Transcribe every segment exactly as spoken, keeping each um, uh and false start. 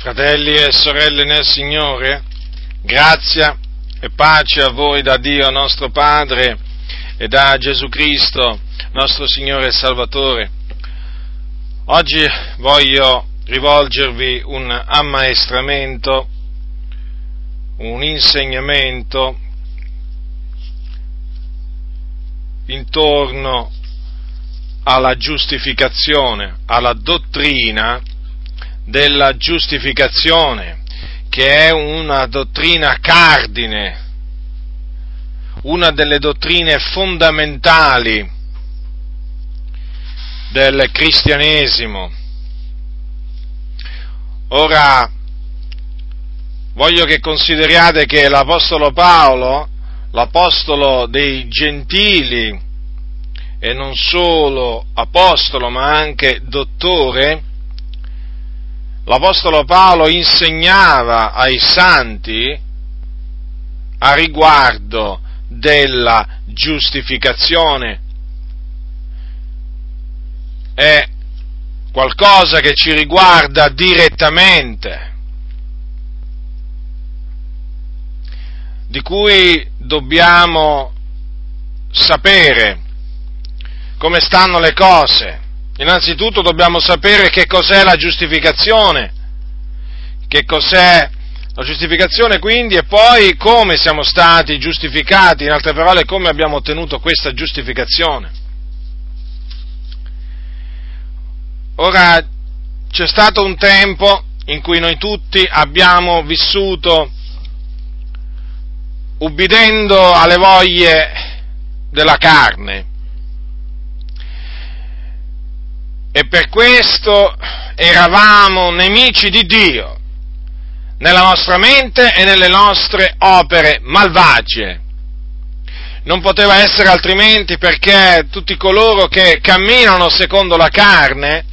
Fratelli e sorelle nel Signore, grazia e pace a voi da Dio nostro Padre e da Gesù Cristo, nostro Signore e Salvatore. Oggi voglio rivolgervi un ammaestramento, un insegnamento intorno alla giustificazione, alla dottrina della giustificazione, che è una dottrina cardine, una delle dottrine fondamentali del cristianesimo. Ora, voglio che consideriate che l'Apostolo Paolo, l'Apostolo dei Gentili, e non solo Apostolo ma anche Dottore, l'Apostolo Paolo insegnava ai santi a riguardo della giustificazione. È qualcosa che ci riguarda direttamente, di cui dobbiamo sapere come stanno le cose. Innanzitutto dobbiamo sapere che cos'è la giustificazione, che cos'è la giustificazione quindi, e poi come siamo stati giustificati, in altre parole come abbiamo ottenuto questa giustificazione. Ora, c'è stato un tempo in cui noi tutti abbiamo vissuto ubbidendo alle voglie della carne, e per questo eravamo nemici di Dio, nella nostra mente e nelle nostre opere malvagie. Non poteva essere altrimenti, perché tutti coloro che camminano secondo la carne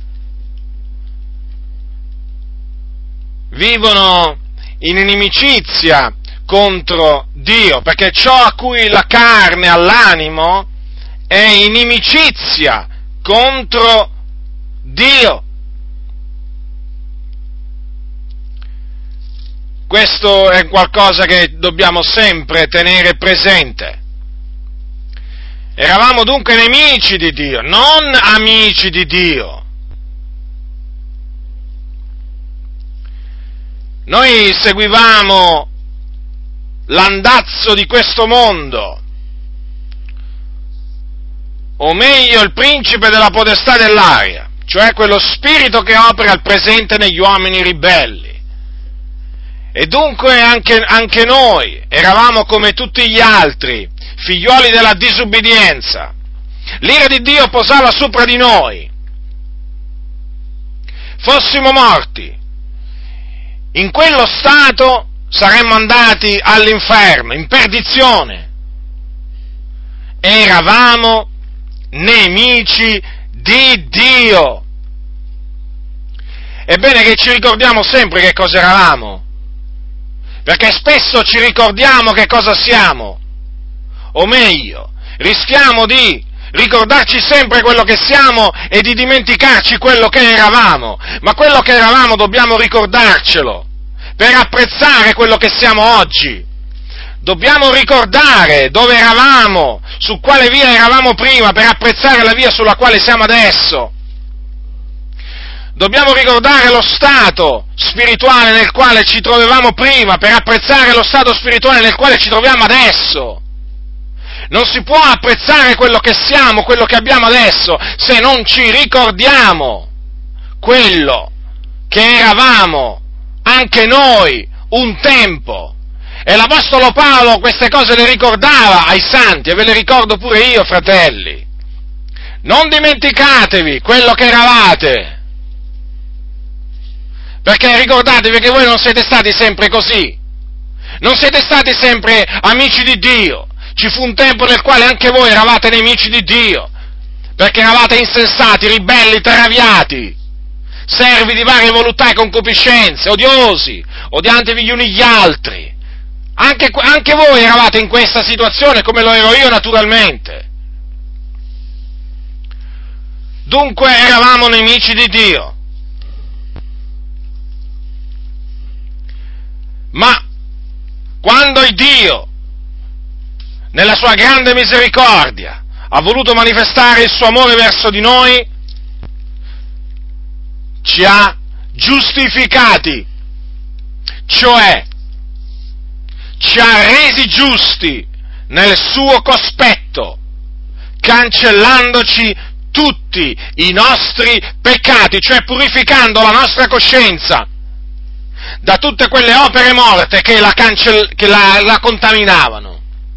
vivono in inimicizia contro Dio, perché ciò a cui la carne ha l'animo è inimicizia contro Dio. Questo è qualcosa che dobbiamo sempre tenere presente. Eravamo dunque nemici di Dio, non amici di Dio. Noi seguivamo l'andazzo di questo mondo, o meglio il principe della potestà dell'aria, cioè quello spirito che opera al presente negli uomini ribelli. E dunque anche, anche noi eravamo come tutti gli altri, figlioli della disubbidienza. L'ira di Dio posava sopra di noi. Fossimo morti, in quello stato saremmo andati all'inferno, in perdizione. Eravamo nemici di Dio. È bene che ci ricordiamo sempre che cosa eravamo, perché spesso ci ricordiamo che cosa siamo, o meglio, rischiamo di ricordarci sempre quello che siamo e di dimenticarci quello che eravamo, ma quello che eravamo dobbiamo ricordarcelo per apprezzare quello che siamo oggi. Dobbiamo ricordare dove eravamo, su quale via eravamo prima, per apprezzare la via sulla quale siamo adesso. Dobbiamo ricordare lo stato spirituale nel quale ci trovavamo prima, per apprezzare lo stato spirituale nel quale ci troviamo adesso. Non si può apprezzare quello che siamo, quello che abbiamo adesso, se non ci ricordiamo quello che eravamo anche noi un tempo. E l'Apostolo Paolo queste cose le ricordava ai santi, e ve le ricordo pure io, fratelli. Non dimenticatevi quello che eravate, perché ricordatevi che voi non siete stati sempre così, non siete stati sempre amici di Dio. Ci fu un tempo nel quale anche voi eravate nemici di Dio, perché eravate insensati, ribelli, traviati, servi di varie volontà e concupiscenze, odiosi, odiantevi gli uni gli altri. Anche, anche voi eravate in questa situazione, come lo ero io naturalmente. Dunque eravamo nemici di Dio. Ma quando il Dio, nella sua grande misericordia, ha voluto manifestare il suo amore verso di noi, ci ha giustificati, cioè ci ha resi giusti nel suo cospetto, cancellandoci tutti i nostri peccati, cioè purificando la nostra coscienza da tutte quelle opere morte che la, cancell- che la, la contaminavano.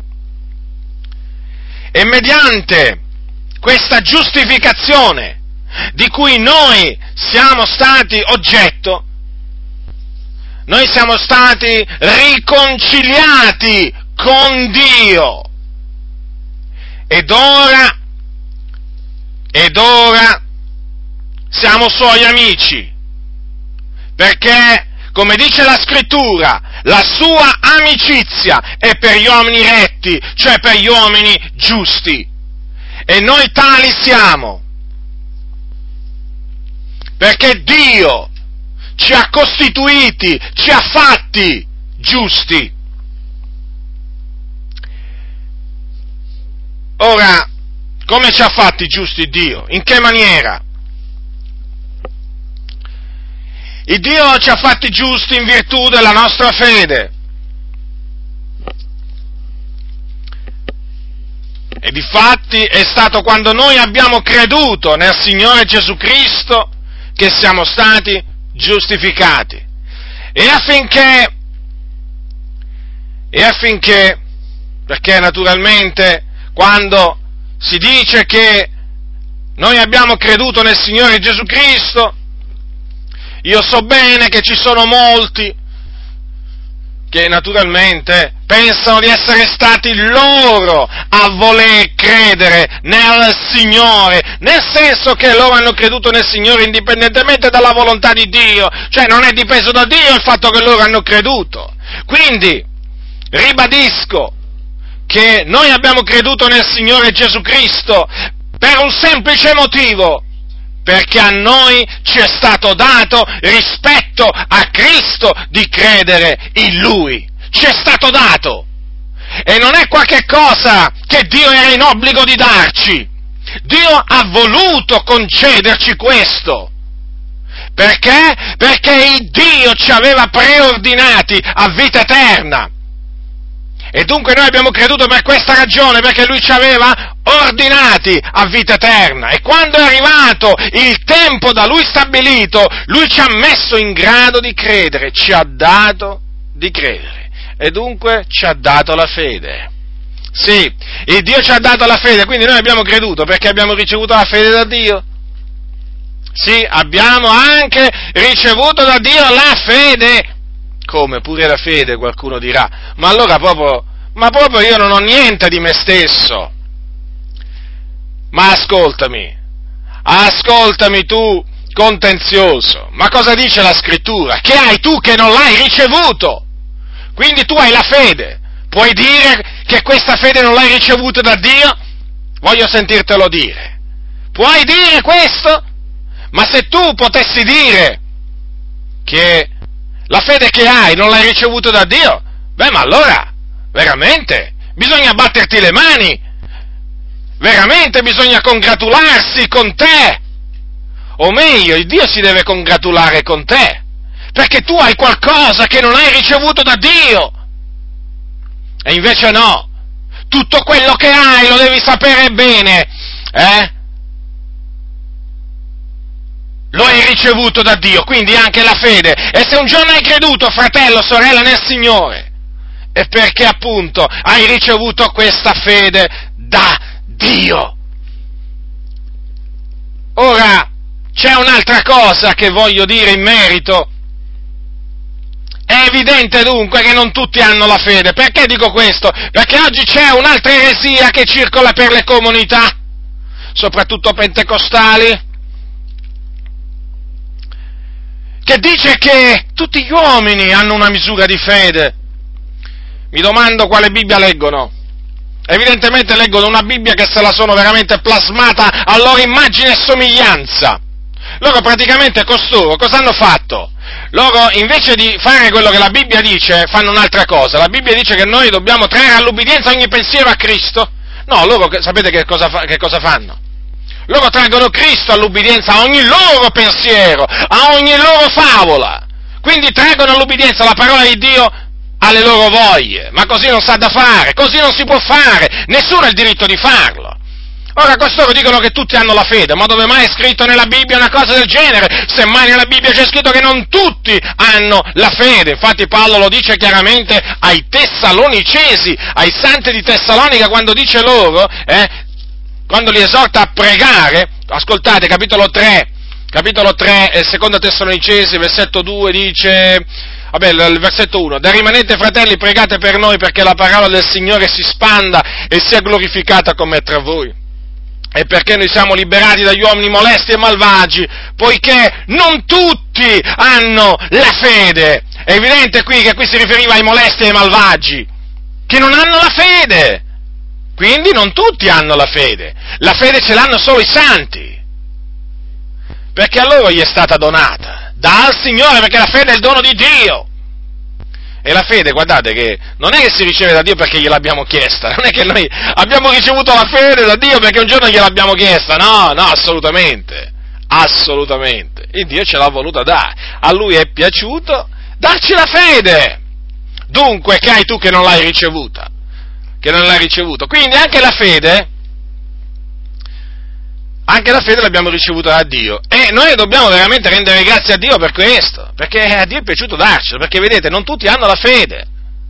E mediante questa giustificazione di cui noi siamo stati oggetto, noi siamo stati riconciliati con Dio. Ed ora, ed ora siamo Suoi amici, perché, come dice la Scrittura, la sua amicizia è per gli uomini retti, cioè per gli uomini giusti. E noi tali siamo, perché Dio ci ha costituiti, ci ha fatti giusti. Ora, come ci ha fatti giusti Dio? In che maniera? Il Dio ci ha fatti giusti in virtù della nostra fede. E difatti è stato quando noi abbiamo creduto nel Signore Gesù Cristo che siamo stati giustificati. E affinché, e affinché, perché naturalmente quando si dice che noi abbiamo creduto nel Signore Gesù Cristo, io so bene che ci sono molti che naturalmente pensano di essere stati loro a voler credere nel Signore, nel senso che loro hanno creduto nel Signore indipendentemente dalla volontà di Dio, cioè non è dipeso da Dio il fatto che loro hanno creduto. Quindi, ribadisco che noi abbiamo creduto nel Signore Gesù Cristo per un semplice motivo, perché a noi ci è stato dato rispetto a Cristo di credere in Lui. Ci è stato dato. E non è qualche cosa che Dio era in obbligo di darci. Dio ha voluto concederci questo. Perché? Perché il Dio ci aveva preordinati a vita eterna. E dunque noi abbiamo creduto per questa ragione, perché Lui ci aveva ordinati a vita eterna. E quando è arrivato il tempo da Lui stabilito, Lui ci ha messo in grado di credere, ci ha dato di credere. E dunque ci ha dato la fede. Sì, il Dio ci ha dato la fede, quindi noi abbiamo creduto perché abbiamo ricevuto la fede da Dio. Sì, abbiamo anche ricevuto da Dio la fede. Come? Pure la fede, qualcuno dirà. Ma allora proprio, ma proprio io non ho niente di me stesso. Ma ascoltami, ascoltami tu, contenzioso. Ma cosa dice la Scrittura? Che hai tu che non l'hai ricevuto? Quindi tu hai la fede. Puoi dire che questa fede non l'hai ricevuta da Dio? Voglio sentirtelo dire. Puoi dire questo? Ma se tu potessi dire che la fede che hai non l'hai ricevuta da Dio, beh, ma allora, veramente, bisogna batterti le mani, veramente bisogna congratularsi con te, o meglio, il Dio si deve congratulare con te, perché tu hai qualcosa che non hai ricevuto da Dio, e invece no, tutto quello che hai lo devi sapere bene, eh? Lo hai ricevuto da Dio, quindi anche la fede. E se un giorno hai creduto, fratello, sorella, nel Signore, è perché appunto hai ricevuto questa fede da Dio. Ora, c'è un'altra cosa che voglio dire in merito. È evidente dunque che non tutti hanno la fede. Perché dico questo? Perché oggi c'è un'altra eresia che circola per le comunità, soprattutto pentecostali, che dice che tutti gli uomini hanno una misura di fede. Mi domando quale Bibbia leggono. Evidentemente leggono una Bibbia che se la sono veramente plasmata a loro immagine e somiglianza. Loro praticamente costoro cosa hanno fatto? Loro, invece di fare quello che la Bibbia dice, fanno un'altra cosa. La Bibbia dice che noi dobbiamo trarre all'ubbidienza ogni pensiero a Cristo. No, loro sapete che cosa, fa, che cosa fanno? Loro traggono Cristo all'ubbidienza a ogni loro pensiero, a ogni loro favola. Quindi traggono all'ubbidienza la parola di Dio alle loro voglie. Ma così non s'ha da fare, così non si può fare, nessuno ha il diritto di farlo. Ora costoro dicono che tutti hanno la fede, ma dove mai è scritto nella Bibbia una cosa del genere? Semmai nella Bibbia c'è scritto che non tutti hanno la fede. Infatti Paolo lo dice chiaramente ai Tessalonicesi, ai santi di Tessalonica, quando dice loro, eh, quando li esorta a pregare, ascoltate, capitolo tre, capitolo tre, eh, seconda Tessalonicesi, versetto due, dice... Vabbè, il versetto uno, da rimanete fratelli pregate per noi perché la parola del Signore si spanda e sia glorificata come tra voi. E perché noi siamo liberati dagli uomini molesti e malvagi, poiché non tutti hanno la fede. È evidente qui che qui si riferiva ai molesti e ai malvagi, che non hanno la fede. Quindi non tutti hanno la fede. La fede ce l'hanno solo i santi, perché a loro gli è stata donata dal Signore, perché la fede è il dono di Dio. E la fede, guardate, che non è che si riceve da Dio perché gliel'abbiamo chiesta, non è che noi abbiamo ricevuto la fede da Dio perché un giorno gliel'abbiamo chiesta, no, no, assolutamente, assolutamente. Il Dio ce l'ha voluta dare, a Lui è piaciuto darci la fede. Dunque, che hai tu che non l'hai ricevuta? Che non l'hai ricevuto. Quindi anche la fede, anche la fede l'abbiamo ricevuta da Dio, e noi dobbiamo veramente rendere grazie a Dio per questo, perché a Dio è piaciuto darcelo, perché vedete, non tutti hanno la fede,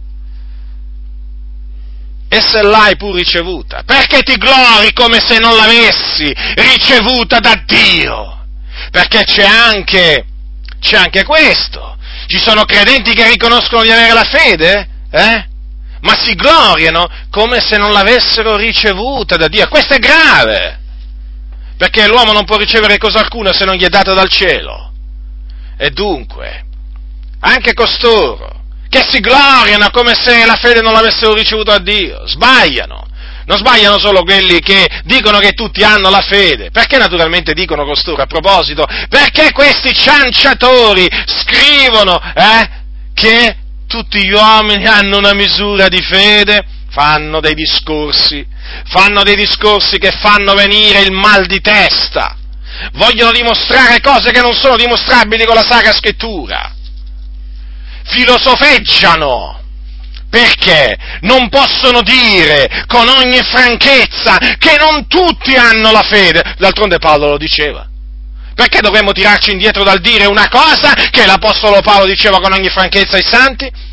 e se l'hai pur ricevuta, perché ti glori come se non l'avessi ricevuta da Dio? Perché c'è anche, c'è anche questo, ci sono credenti che riconoscono di avere la fede, eh? Ma si gloriano come se non l'avessero ricevuta da Dio, questo è grave, perché l'uomo non può ricevere cosa alcuna se non gli è data dal cielo. E dunque, anche costoro, che si gloriano come se la fede non l'avessero ricevuta da Dio, sbagliano. Non sbagliano solo quelli che dicono che tutti hanno la fede. Perché naturalmente dicono costoro, a proposito? Perché questi cianciatori scrivono eh, che tutti gli uomini hanno una misura di fede, fanno dei discorsi, fanno dei discorsi che fanno venire il mal di testa, vogliono dimostrare cose che non sono dimostrabili con la Sacra Scrittura, filosofeggiano, perché non possono dire con ogni franchezza che non tutti hanno la fede. D'altronde Paolo lo diceva. Perché dovremmo tirarci indietro dal dire una cosa che l'Apostolo Paolo diceva con ogni franchezza ai santi?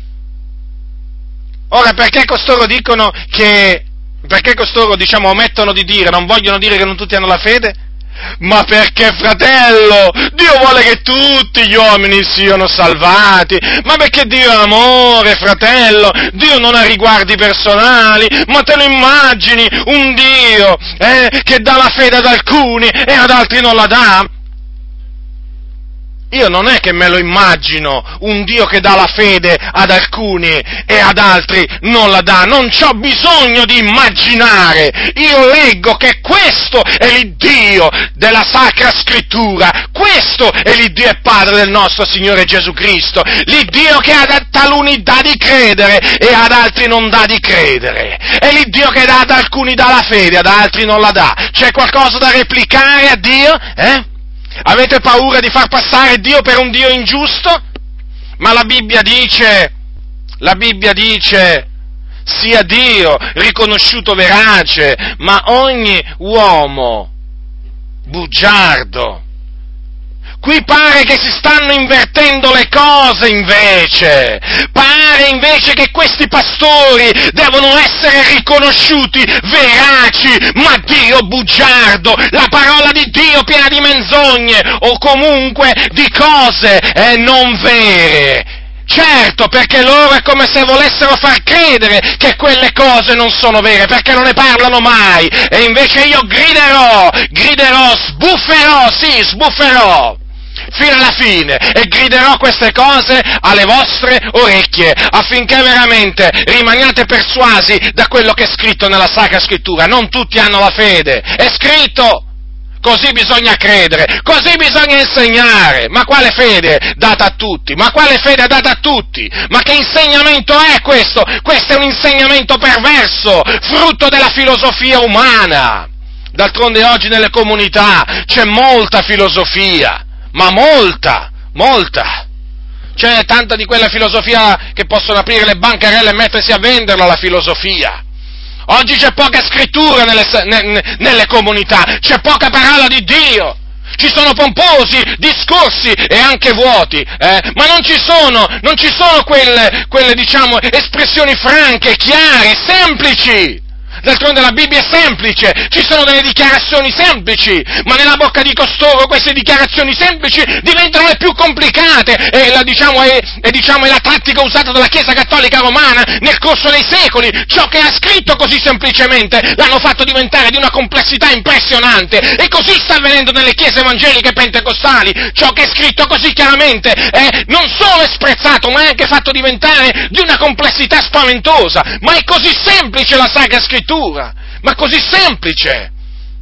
Ora, perché costoro dicono che, perché costoro, diciamo, omettono di dire, non vogliono dire che non tutti hanno la fede? Ma perché, fratello, Dio vuole che tutti gli uomini siano salvati, ma perché Dio è amore, fratello, Dio non ha riguardi personali, ma te lo immagini, un Dio, eh, che dà la fede ad alcuni e ad altri non la dà? Io non è che me lo immagino, un Dio che dà la fede ad alcuni e ad altri non la dà, non c'ho bisogno di immaginare, io leggo che questo è l'Iddio della Sacra Scrittura, questo è l'Iddio e Padre del nostro Signore Gesù Cristo, l'Iddio che ad taluni dà di credere e ad altri non dà di credere, è l'Iddio che ad alcuni dà la fede, ad altri non la dà. C'è qualcosa da replicare a Dio? Eh? Avete paura di far passare Dio per un Dio ingiusto? Ma la Bibbia dice, la Bibbia dice, sia Dio riconosciuto verace, ma ogni uomo bugiardo. Qui pare che si stanno invertendo le cose invece, pare invece che questi pastori devono essere riconosciuti veraci, ma Dio bugiardo, la parola di Dio piena di menzogne o comunque di cose eh, non vere. Certo, perché loro è come se volessero far credere che quelle cose non sono vere, perché non ne parlano mai, e invece io griderò, griderò, sbufferò, sì, sbufferò, fino alla fine, e griderò queste cose alle vostre orecchie, affinché veramente rimaniate persuasi da quello che è scritto nella Sacra Scrittura. Non tutti hanno la fede, è scritto, Così bisogna credere, così bisogna insegnare. Ma quale fede data a tutti? Ma quale fede data a tutti? Ma che insegnamento è questo? Questo è un insegnamento perverso, frutto della filosofia umana. D'altronde oggi nelle comunità c'è molta filosofia, ma molta, molta. C'è tanta di quella filosofia che possono aprire le bancarelle e mettersi a venderla, la filosofia. Oggi c'è poca scrittura nelle, ne, nelle comunità, c'è poca parola di Dio, ci sono pomposi discorsi e anche vuoti, eh? ma non ci sono, non ci sono quelle, quelle, diciamo, espressioni franche, chiare, semplici. D'altronde la Bibbia è semplice, ci sono delle dichiarazioni semplici, ma nella bocca di costoro queste dichiarazioni semplici diventano le più complicate, e la, diciamo, è, è, diciamo, è la tattica usata dalla Chiesa Cattolica Romana nel corso dei secoli. Ciò che ha scritto così semplicemente l'hanno fatto diventare di una complessità impressionante, e così sta avvenendo nelle chiese evangeliche pentecostali. Ciò che è scritto così chiaramente è non solo è sprezzato, ma è anche fatto diventare di una complessità spaventosa. Ma è così semplice la Sacra Scrittura, ma così semplice.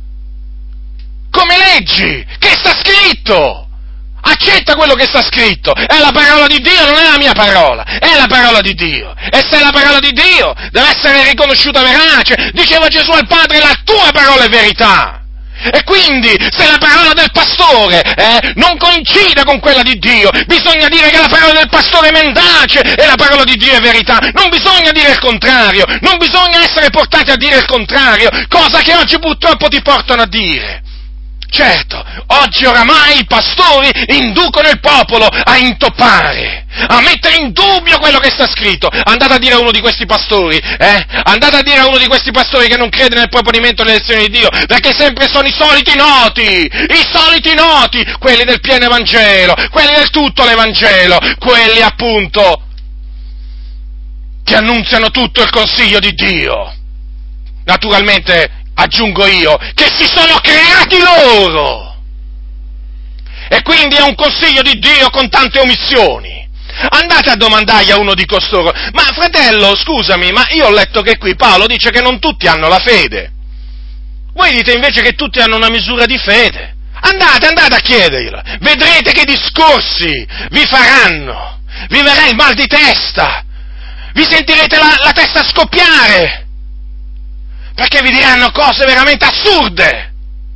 Come leggi? Che sta scritto? Accetta quello che sta scritto. È la parola di Dio, non è la mia parola, è la parola di Dio. E se è la parola di Dio, deve essere riconosciuta verace. Diceva Gesù al Padre: la tua parola è verità. E quindi, se la parola del pastore eh, non coincide con quella di Dio, bisogna dire che la parola del pastore è mendace e la parola di Dio è verità. Non bisogna dire il contrario, non bisogna essere portati a dire il contrario, cosa che oggi purtroppo ti portano a dire. Certo, oggi oramai i pastori inducono il popolo a intoppare, a mettere in dubbio quello che sta scritto. Andate a dire a uno di questi pastori, eh? Andate a dire a uno di questi pastori che non crede nel proponimento delle elezioni di Dio, perché sempre sono i soliti noti, i soliti noti, quelli del pieno Evangelo, quelli del tutto l'Evangelo, quelli appunto che annunziano tutto il consiglio di Dio. Naturalmente, aggiungo io, che si sono creati loro! E quindi è un consiglio di Dio con tante omissioni. Andate a domandargli a uno di costoro: ma fratello, scusami, ma io ho letto che qui Paolo dice che non tutti hanno la fede. Voi dite invece che tutti hanno una misura di fede. Andate, andate a chiederglielo. Vedrete che discorsi vi faranno. Vi verrà il mal di testa. Vi sentirete la, la testa scoppiare. Perché vi diranno cose veramente assurde.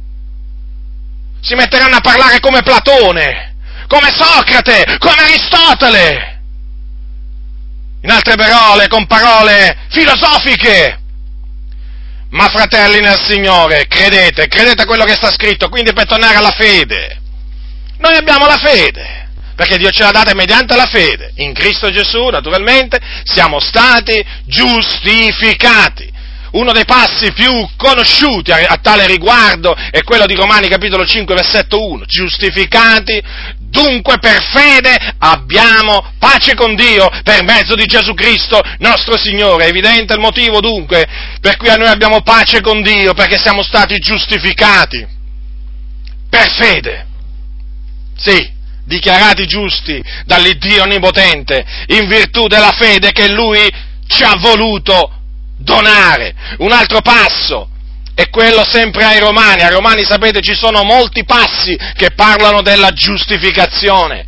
Si metteranno a parlare come Platone, come Socrate, come Aristotele. In altre parole, con parole filosofiche. Ma fratelli nel Signore, credete, credete a quello che sta scritto, quindi per tornare alla fede. Noi abbiamo la fede, perché Dio ce l'ha data mediante la fede. In Cristo Gesù, naturalmente, siamo stati giustificati. Uno dei passi più conosciuti a, a tale riguardo è quello di Romani capitolo cinque versetto uno. Giustificati, dunque per fede abbiamo pace con Dio per mezzo di Gesù Cristo nostro Signore. È evidente il motivo dunque per cui noi abbiamo pace con Dio, perché siamo stati giustificati per fede. Sì, dichiarati giusti dall'Iddio Onnipotente in virtù della fede che Lui ci ha voluto donare. Un altro passo è quello sempre ai Romani. Ai Romani, sapete, ci sono molti passi che parlano della giustificazione.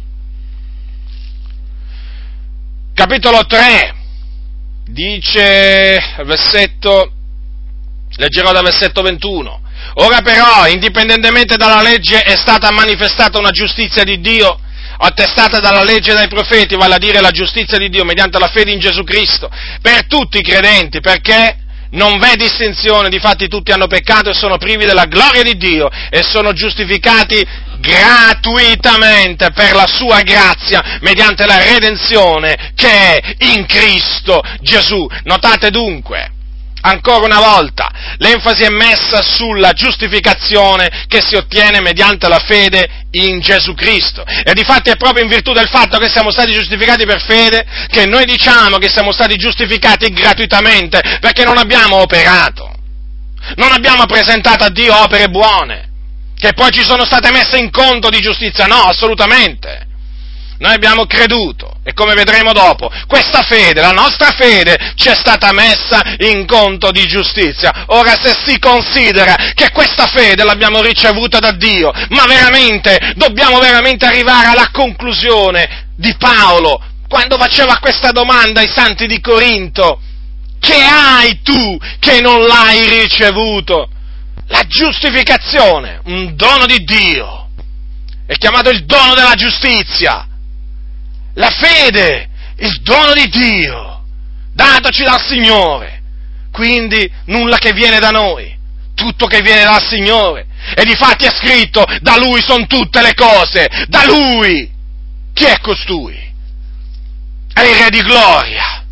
Capitolo tre dice, versetto, leggerò dal versetto ventuno: ora però, indipendentemente dalla legge, è stata manifestata una giustizia di Dio, attestata dalla legge e dai profeti, vale a dire la giustizia di Dio mediante la fede in Gesù Cristo, per tutti i credenti, perché non v'è distinzione, difatti tutti hanno peccato e sono privi della gloria di Dio e sono giustificati gratuitamente per la sua grazia, mediante la redenzione che è in Cristo Gesù. Notate dunque, ancora una volta, l'enfasi è messa sulla giustificazione che si ottiene mediante la fede in Gesù Cristo. E difatti è proprio in virtù del fatto che siamo stati giustificati per fede che noi diciamo che siamo stati giustificati gratuitamente, perché non abbiamo operato, non abbiamo presentato a Dio opere buone, che poi ci sono state messe in conto di giustizia, no, assolutamente. noi abbiamo creduto, e come vedremo dopo, questa fede, la nostra fede, ci è stata messa in conto di giustizia. Ora, se si considera che questa fede l'abbiamo ricevuta da Dio, ma veramente, dobbiamo veramente arrivare alla conclusione di Paolo, quando faceva questa domanda ai santi di Corinto: che hai tu che non l'hai ricevuto? La giustificazione, un dono di Dio, è chiamato il dono della giustizia. La fede, il dono di Dio, datoci dal Signore. Quindi nulla che viene da noi, tutto che viene dal Signore. E difatti è scritto: da Lui sono tutte le cose, da Lui. Chi è costui? È il Re di gloria.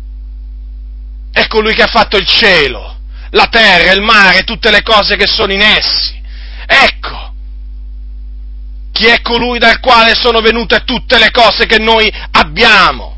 È colui che ha fatto il cielo, la terra, il mare, tutte le cose che sono in essi. Ecco, chi è colui dal quale sono venute tutte le cose che noi abbiamo.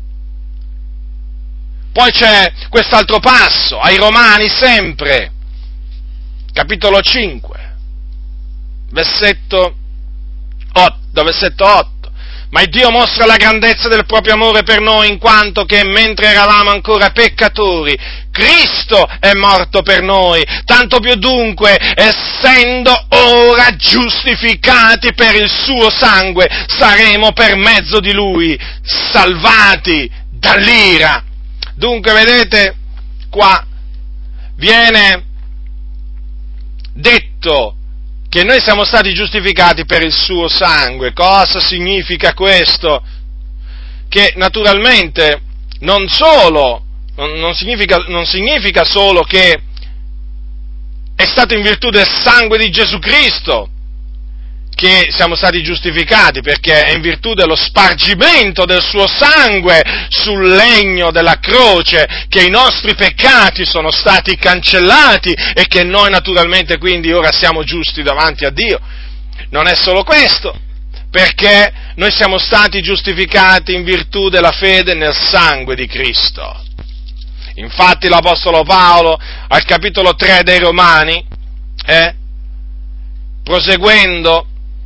Poi c'è quest'altro passo, ai Romani sempre, capitolo cinque, versetto otto, versetto otto. Ma il Dio mostra la grandezza del proprio amore per noi, in quanto che mentre eravamo ancora peccatori, Cristo è morto per noi, tanto più dunque, essendo ora giustificati per il suo sangue, saremo per mezzo di Lui salvati dall'ira. Dunque, vedete, qua viene detto che noi siamo stati giustificati per il suo sangue. Cosa significa questo? Che naturalmente non solo, non, non, significa, non significa solo che è stato in virtù del sangue di Gesù Cristo che siamo stati giustificati, perché è in virtù dello spargimento del suo sangue sul legno della croce che i nostri peccati sono stati cancellati e che noi naturalmente quindi ora siamo giusti davanti a Dio. Non è solo questo, perché noi siamo stati giustificati in virtù della fede nel sangue di Cristo. Infatti l'Apostolo Paolo al capitolo tre dei Romani, eh, proseguendo,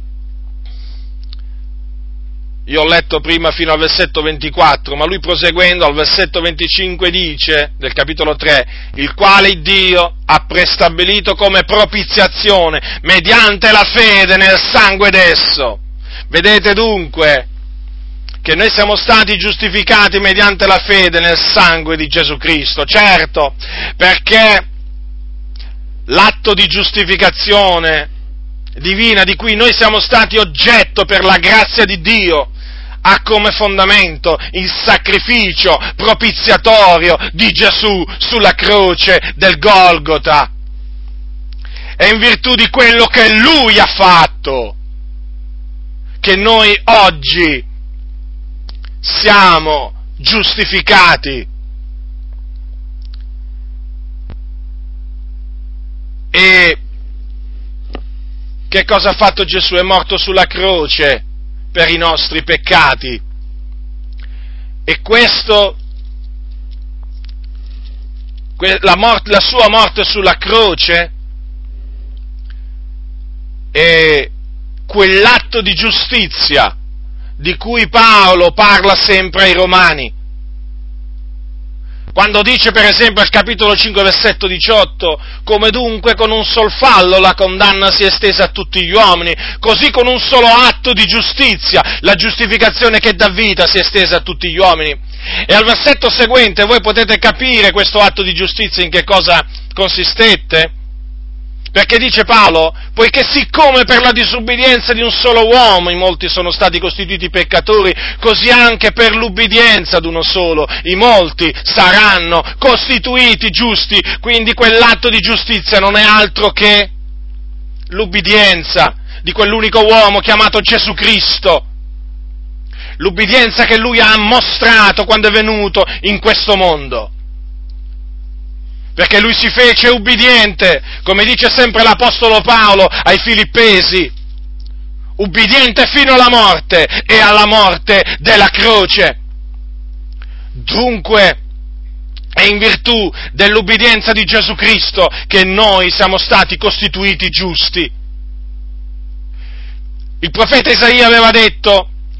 io ho letto prima fino al versetto ventiquattro, ma lui proseguendo al versetto venticinque dice, del capitolo tre, il quale Dio ha prestabilito come propiziazione mediante la fede nel sangue d'esso. Vedete dunque che noi siamo stati giustificati mediante la fede nel sangue di Gesù Cristo, certo, perché l'atto di giustificazione divina di cui noi siamo stati oggetto per la grazia di Dio ha come fondamento il sacrificio propiziatorio di Gesù sulla croce del Golgota. È in virtù di quello che Lui ha fatto che noi oggi siamo giustificati. E che cosa ha fatto Gesù? È morto sulla croce per i nostri peccati. E questo, la, morte, la sua morte sulla croce è quell'atto di giustizia di cui Paolo parla sempre ai Romani. Quando dice, per esempio, al capitolo cinque, versetto diciotto, come dunque con un sol fallo la condanna si è estesa a tutti gli uomini, così con un solo atto di giustizia la giustificazione che dà vita si è estesa a tutti gli uomini. E al versetto seguente voi potete capire questo atto di giustizia in che cosa consistette? Perché dice Paolo, poiché siccome per la disubbidienza di un solo uomo i molti sono stati costituiti peccatori, così anche per l'ubbidienza di uno solo i molti saranno costituiti giusti. Quindi quell'atto di giustizia non è altro che l'ubbidienza di quell'unico uomo chiamato Gesù Cristo. L'ubbidienza che Lui ha mostrato quando è venuto in questo mondo. Perché Lui si fece ubbidiente, come dice sempre l'Apostolo Paolo ai Filippesi, ubbidiente fino alla morte e alla morte della croce. Dunque, è in virtù dell'ubbidienza di Gesù Cristo che noi siamo stati costituiti giusti. Il profeta Isaia aveva detto,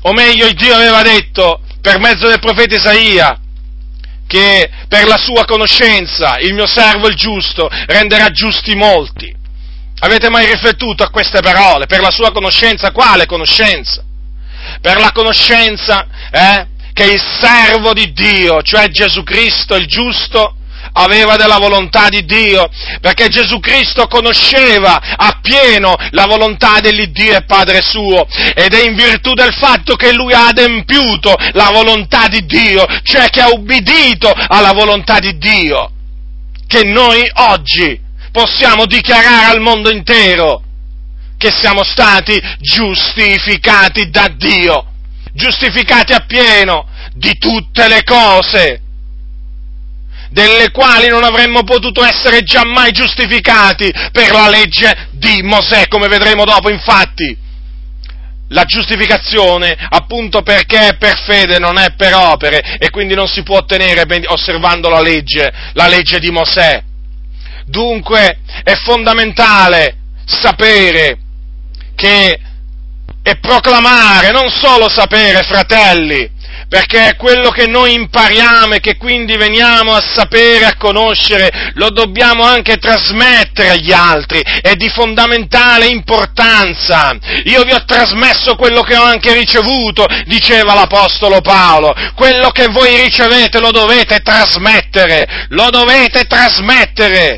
o meglio, il Dio aveva detto per mezzo del profeta Isaia che per la sua conoscenza il mio servo il giusto renderà giusti molti. Avete mai riflettuto a queste parole? Per la sua conoscenza, quale conoscenza? Per la conoscenza eh, che il servo di Dio, cioè Gesù Cristo il giusto, aveva della volontà di Dio, perché Gesù Cristo conosceva appieno la volontà dell'Iddio e Padre suo, ed è in virtù del fatto che lui ha adempiuto la volontà di Dio, cioè che ha ubbidito alla volontà di Dio, che noi oggi possiamo dichiarare al mondo intero che siamo stati giustificati da Dio, giustificati appieno di tutte le cose delle quali non avremmo potuto essere giammai giustificati per la legge di Mosè, come vedremo dopo. Infatti, la giustificazione, appunto perché è per fede, non è per opere, e quindi non si può ottenere osservando la legge, la legge di Mosè. Dunque, è fondamentale sapere che e proclamare, non solo sapere, fratelli, perché quello che noi impariamo e che quindi veniamo a sapere, a conoscere, lo dobbiamo anche trasmettere agli altri, è di fondamentale importanza. Io vi ho trasmesso quello che ho anche ricevuto, diceva l'Apostolo Paolo, quello che voi ricevete lo dovete trasmettere, lo dovete trasmettere.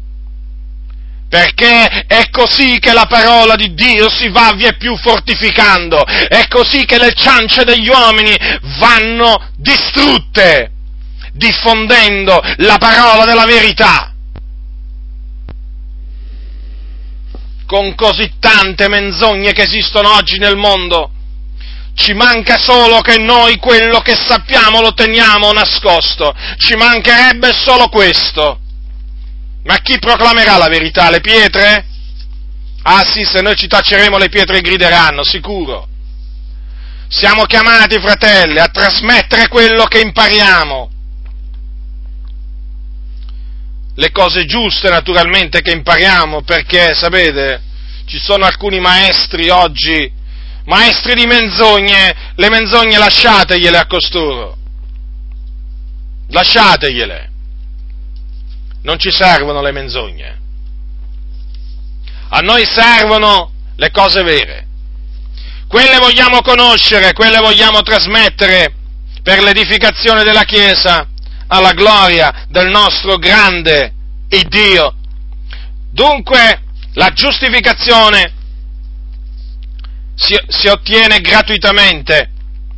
Perché è così che la parola di Dio si va via più fortificando, è così che le ciance degli uomini vanno distrutte, diffondendo la parola della verità. Con così tante menzogne che esistono oggi nel mondo, ci manca solo che noi quello che sappiamo lo teniamo nascosto, ci mancherebbe solo questo. Ma chi proclamerà la verità? Le pietre? Ah sì, se noi ci taceremo le pietre grideranno, sicuro. Siamo chiamati, fratelli, a trasmettere quello che impariamo. Le cose giuste, naturalmente, che impariamo, perché, sapete, ci sono alcuni maestri oggi, maestri di menzogne, le menzogne lasciategliele a costoro. Lasciategliele. Non ci servono le menzogne. A noi servono le cose vere. Quelle vogliamo conoscere, quelle vogliamo trasmettere per l'edificazione della Chiesa, alla gloria del nostro grande Iddio. Dunque, la giustificazione si, si ottiene gratuitamente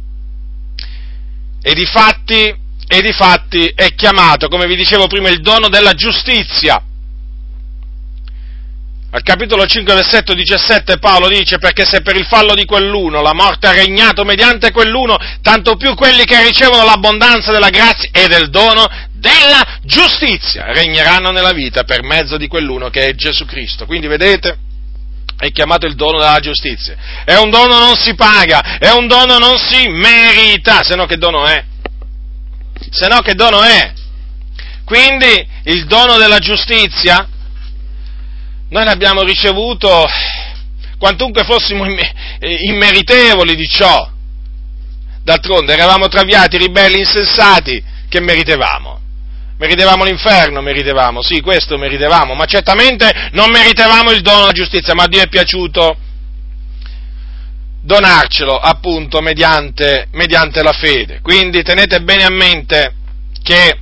e difatti E difatti è chiamato, come vi dicevo prima, il dono della giustizia. Al capitolo cinque, versetto diciassette, Paolo dice: perché se per il fallo di quell'uno la morte ha regnato mediante quell'uno, tanto più quelli che ricevono l'abbondanza della grazia e del dono della giustizia regneranno nella vita per mezzo di quell'uno che è Gesù Cristo. Quindi vedete, è chiamato il dono della giustizia. È un dono non si paga, è un dono non si merita, se no che dono è? Se no che dono è? Quindi il dono della giustizia noi l'abbiamo ricevuto quantunque fossimo immeritevoli di ciò. D'altronde eravamo traviati, ribelli, insensati, che meritevamo? Meritevamo l'inferno, meritevamo, sì, questo meritevamo, ma certamente non meritevamo il dono della giustizia, ma a Dio è piaciuto donarcelo appunto mediante, mediante la fede. Quindi tenete bene a mente che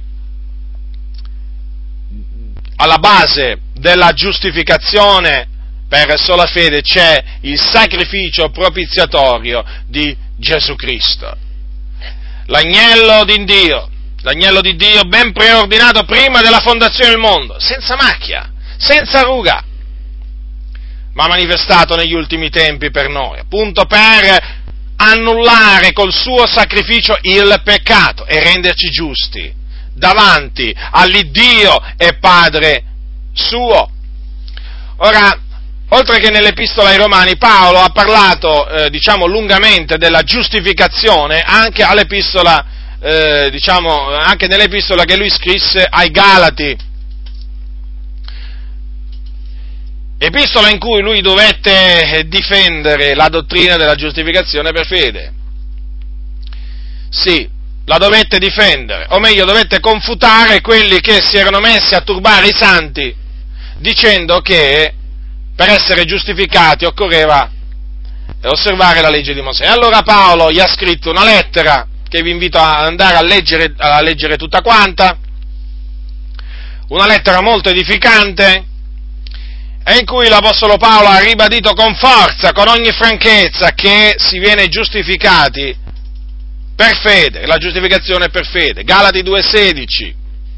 alla base della giustificazione per sola fede c'è il sacrificio propiziatorio di Gesù Cristo, l'agnello di Dio, l'agnello di Dio ben preordinato prima della fondazione del mondo, senza macchia, senza ruga, ma manifestato negli ultimi tempi per noi, appunto per annullare col suo sacrificio il peccato e renderci giusti davanti all'Iddio e Padre suo. Ora, oltre che nell'Epistola ai Romani, Paolo ha parlato, eh, diciamo, lungamente della giustificazione anche all'Epistola, eh, diciamo, anche nell'Epistola che lui scrisse ai Galati. Epistola in cui lui dovette difendere la dottrina della giustificazione per fede. sì, la dovette difendere, o meglio dovette confutare quelli che si erano messi a turbare i santi, dicendo che per essere giustificati occorreva osservare la legge di Mosè. Allora Paolo gli ha scritto una lettera, che vi invito ad andare a leggere, a leggere tutta quanta, una lettera molto edificante, e in cui l'Apostolo Paolo ha ribadito con forza, con ogni franchezza, che si viene giustificati per fede, la giustificazione è per fede. Galati due sedici.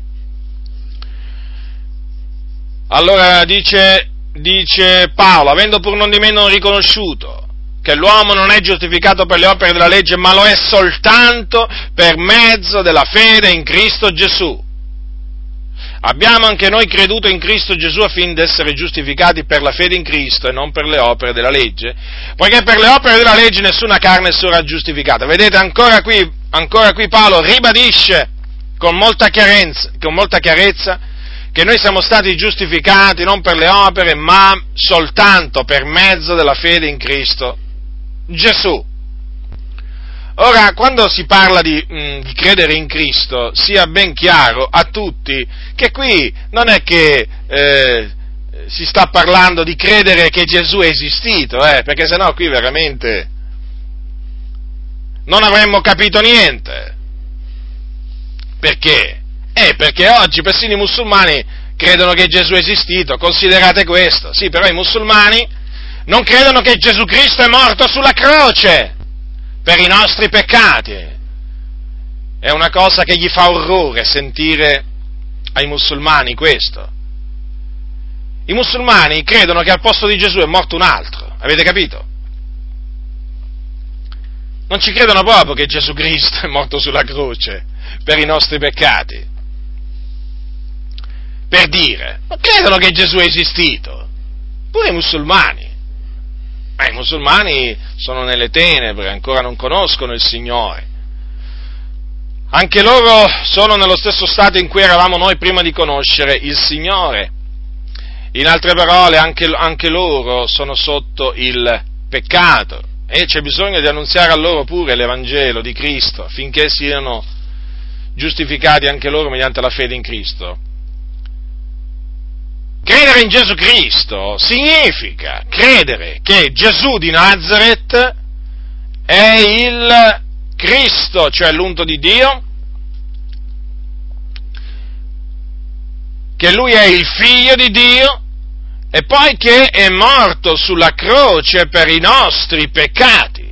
Allora dice, dice Paolo, avendo pur non di meno riconosciuto che l'uomo non è giustificato per le opere della legge, ma lo è soltanto per mezzo della fede in Cristo Gesù. Abbiamo anche noi creduto in Cristo Gesù affin di essere giustificati per la fede in Cristo e non per le opere della legge, poiché per le opere della legge nessuna carne sarà giustificata. Vedete, ancora qui, ancora qui Paolo ribadisce con molta chiarezza, con molta chiarezza che noi siamo stati giustificati non per le opere, ma soltanto per mezzo della fede in Cristo Gesù. Ora, quando si parla di, mh, di credere in Cristo, sia ben chiaro a tutti che qui non è che eh, si sta parlando di credere che Gesù è esistito, eh, perché sennò qui veramente non avremmo capito niente. Perché? Eh, perché oggi persino i musulmani credono che Gesù è esistito, considerate questo. Sì, però i musulmani non credono che Gesù Cristo è morto sulla croce per i nostri peccati. È una cosa che gli fa orrore sentire ai musulmani questo. I musulmani credono che al posto di Gesù è morto un altro, avete capito? Non ci credono proprio che Gesù Cristo è morto sulla croce per i nostri peccati. Per dire, ma credono che Gesù è esistito, pure i musulmani. Ma i musulmani sono nelle tenebre, ancora non conoscono il Signore. Anche loro sono nello stesso stato in cui eravamo noi prima di conoscere il Signore. In altre parole, anche, anche loro sono sotto il peccato e c'è bisogno di annunziare a loro pure l'Evangelo di Cristo affinché siano giustificati anche loro mediante la fede in Cristo. Credere in Gesù Cristo significa credere che Gesù di Nazaret è il Cristo, cioè l'unto di Dio, che Lui è il Figlio di Dio e poi che è morto sulla croce per i nostri peccati.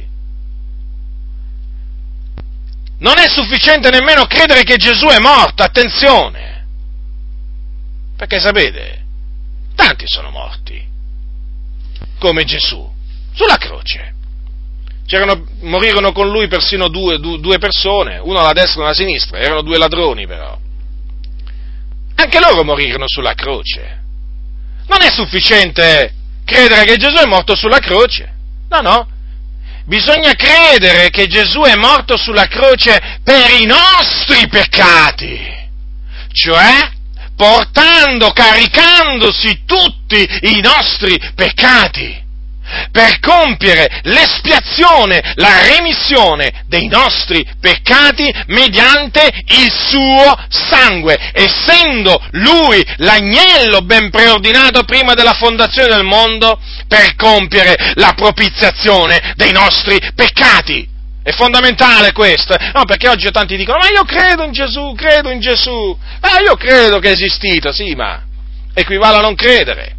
Non è sufficiente nemmeno credere che Gesù è morto, attenzione, perché sapete, tanti sono morti, come Gesù, sulla croce. C'erano, morirono con lui persino due, due, due persone, uno alla destra e uno alla sinistra, erano due ladroni però. Anche loro morirono sulla croce. Non è sufficiente credere che Gesù è morto sulla croce, no, no. Bisogna credere che Gesù è morto sulla croce per i nostri peccati, cioè portando, caricandosi tutti i nostri peccati, per compiere l'espiazione, la remissione dei nostri peccati mediante il suo sangue, essendo Lui l'agnello ben preordinato prima della fondazione del mondo per compiere la propiziazione dei nostri peccati. È fondamentale questo, no? Perché oggi tanti dicono, ma io credo in Gesù, credo in Gesù, ah, io credo che è esistito, sì, ma equivale a non credere.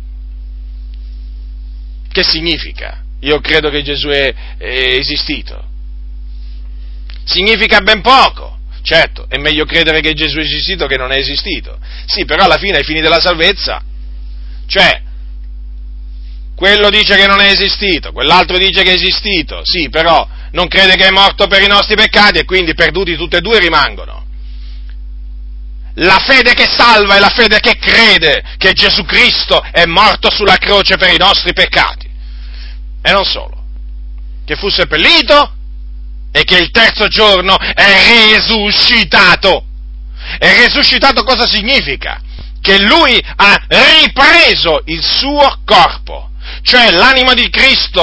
Che significa? Io credo che Gesù è, è esistito. Significa ben poco. Certo, è meglio credere che Gesù è esistito che non è esistito. Sì, però alla fine, ai fini della salvezza, cioè, quello dice che non è esistito, quell'altro dice che è esistito, sì, però non crede che è morto per i nostri peccati e quindi perduti tutti e due rimangono. La fede che salva è la fede che crede che Gesù Cristo è morto sulla croce per i nostri peccati. E non solo, che fu seppellito e che il terzo giorno è risuscitato. E risuscitato cosa significa? Che Lui ha ripreso il suo corpo, cioè l'anima di Cristo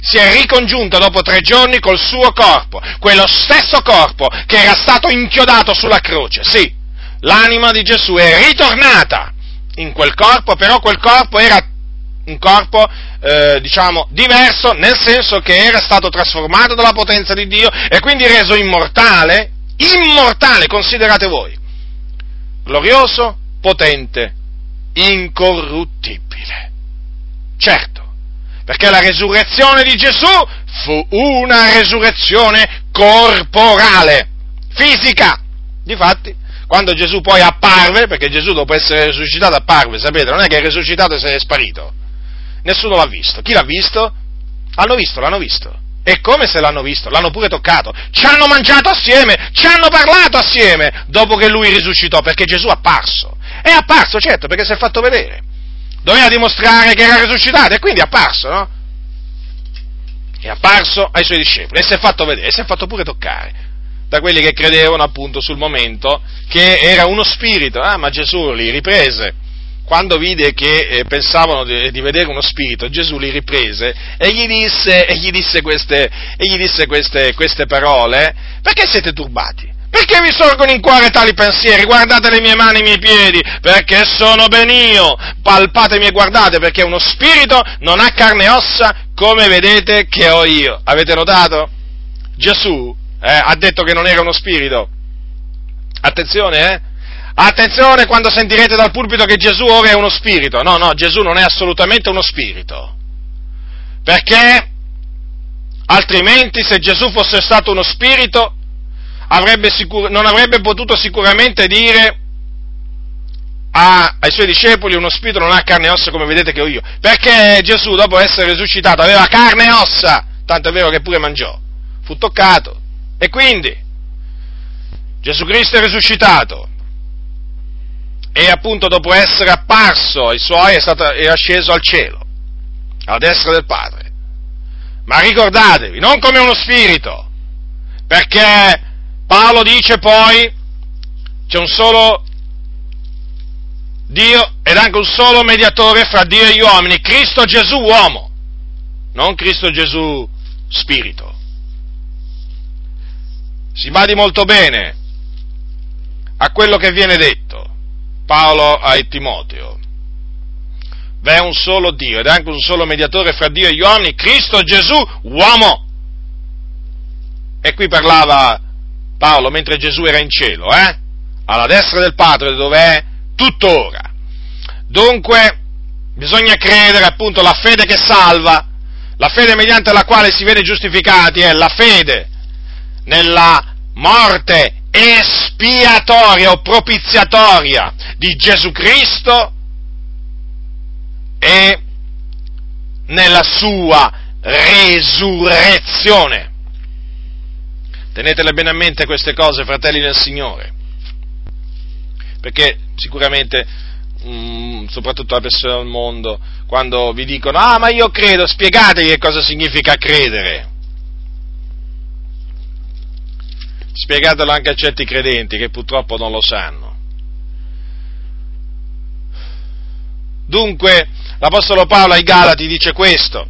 si è ricongiunta dopo tre giorni col suo corpo, quello stesso corpo che era stato inchiodato sulla croce. Sì, l'anima di Gesù è ritornata in quel corpo, però quel corpo era un corpo, eh, diciamo, diverso, nel senso che era stato trasformato dalla potenza di Dio e quindi reso immortale, immortale, considerate voi, glorioso, potente, incorruttibile. Certo, perché la resurrezione di Gesù fu una resurrezione corporale, fisica. Difatti, quando Gesù poi apparve, perché Gesù dopo essere risuscitato apparve, sapete, non è che è risuscitato e se n'è sparito. Nessuno l'ha visto. Chi l'ha visto? L'hanno visto, l'hanno visto. E come se l'hanno visto? L'hanno pure toccato. Ci hanno mangiato assieme, ci hanno parlato assieme, dopo che lui risuscitò, perché Gesù è apparso. È apparso, certo, perché si è fatto vedere. Doveva dimostrare che era risuscitato e quindi è apparso, no? È apparso ai suoi discepoli e si è fatto vedere, e si è fatto pure toccare da quelli che credevano appunto sul momento che era uno spirito. Ah, ma Gesù li riprese. Quando vide che eh, pensavano di, di vedere uno spirito, Gesù li riprese e gli disse, e gli disse, queste, e gli disse queste, queste parole: perché siete turbati? Perché vi sorgono in cuore tali pensieri? Guardate le mie mani e i miei piedi, perché sono ben io. Palpatemi e guardate, perché uno spirito non ha carne e ossa come vedete che ho io. Avete notato? Gesù eh, ha detto che non era uno spirito. Attenzione, eh? Attenzione quando sentirete dal pulpito che Gesù ora è uno spirito. No, no, Gesù non è assolutamente uno spirito. Perché altrimenti, se Gesù fosse stato uno spirito, avrebbe sicur- non avrebbe potuto sicuramente dire a, ai suoi discepoli: uno spirito non ha carne e ossa come vedete che ho io. Perché Gesù, dopo essere risuscitato, aveva carne e ossa, tanto è vero che pure mangiò, fu toccato. E quindi Gesù Cristo è risuscitato. E appunto dopo essere apparso ai suoi è, stato, è asceso al cielo, alla destra del Padre. Ma ricordatevi, non come uno spirito, perché Paolo dice poi c'è un solo Dio ed anche un solo mediatore fra Dio e gli uomini, Cristo Gesù uomo, non Cristo Gesù spirito. Si badi molto bene a quello che viene detto Paolo a Timoteo: v'è un solo Dio ed anche un solo mediatore fra Dio e gli uomini, Cristo Gesù, uomo. E qui parlava Paolo mentre Gesù era in cielo, eh? alla destra del Padre, dove è tuttora. Dunque, bisogna credere appunto la fede che salva, la fede mediante la quale si viene giustificati, è la fede nella morte espiatoria o propiziatoria di Gesù Cristo e nella sua resurrezione. Tenetele bene a mente queste cose, fratelli del Signore, perché sicuramente, mh, soprattutto la persone del mondo, quando vi dicono: ah, ma io credo, spiegategli che cosa significa credere. Spiegatelo anche a certi credenti che purtroppo non lo sanno. Dunque, l'Apostolo Paolo ai Galati dice questo.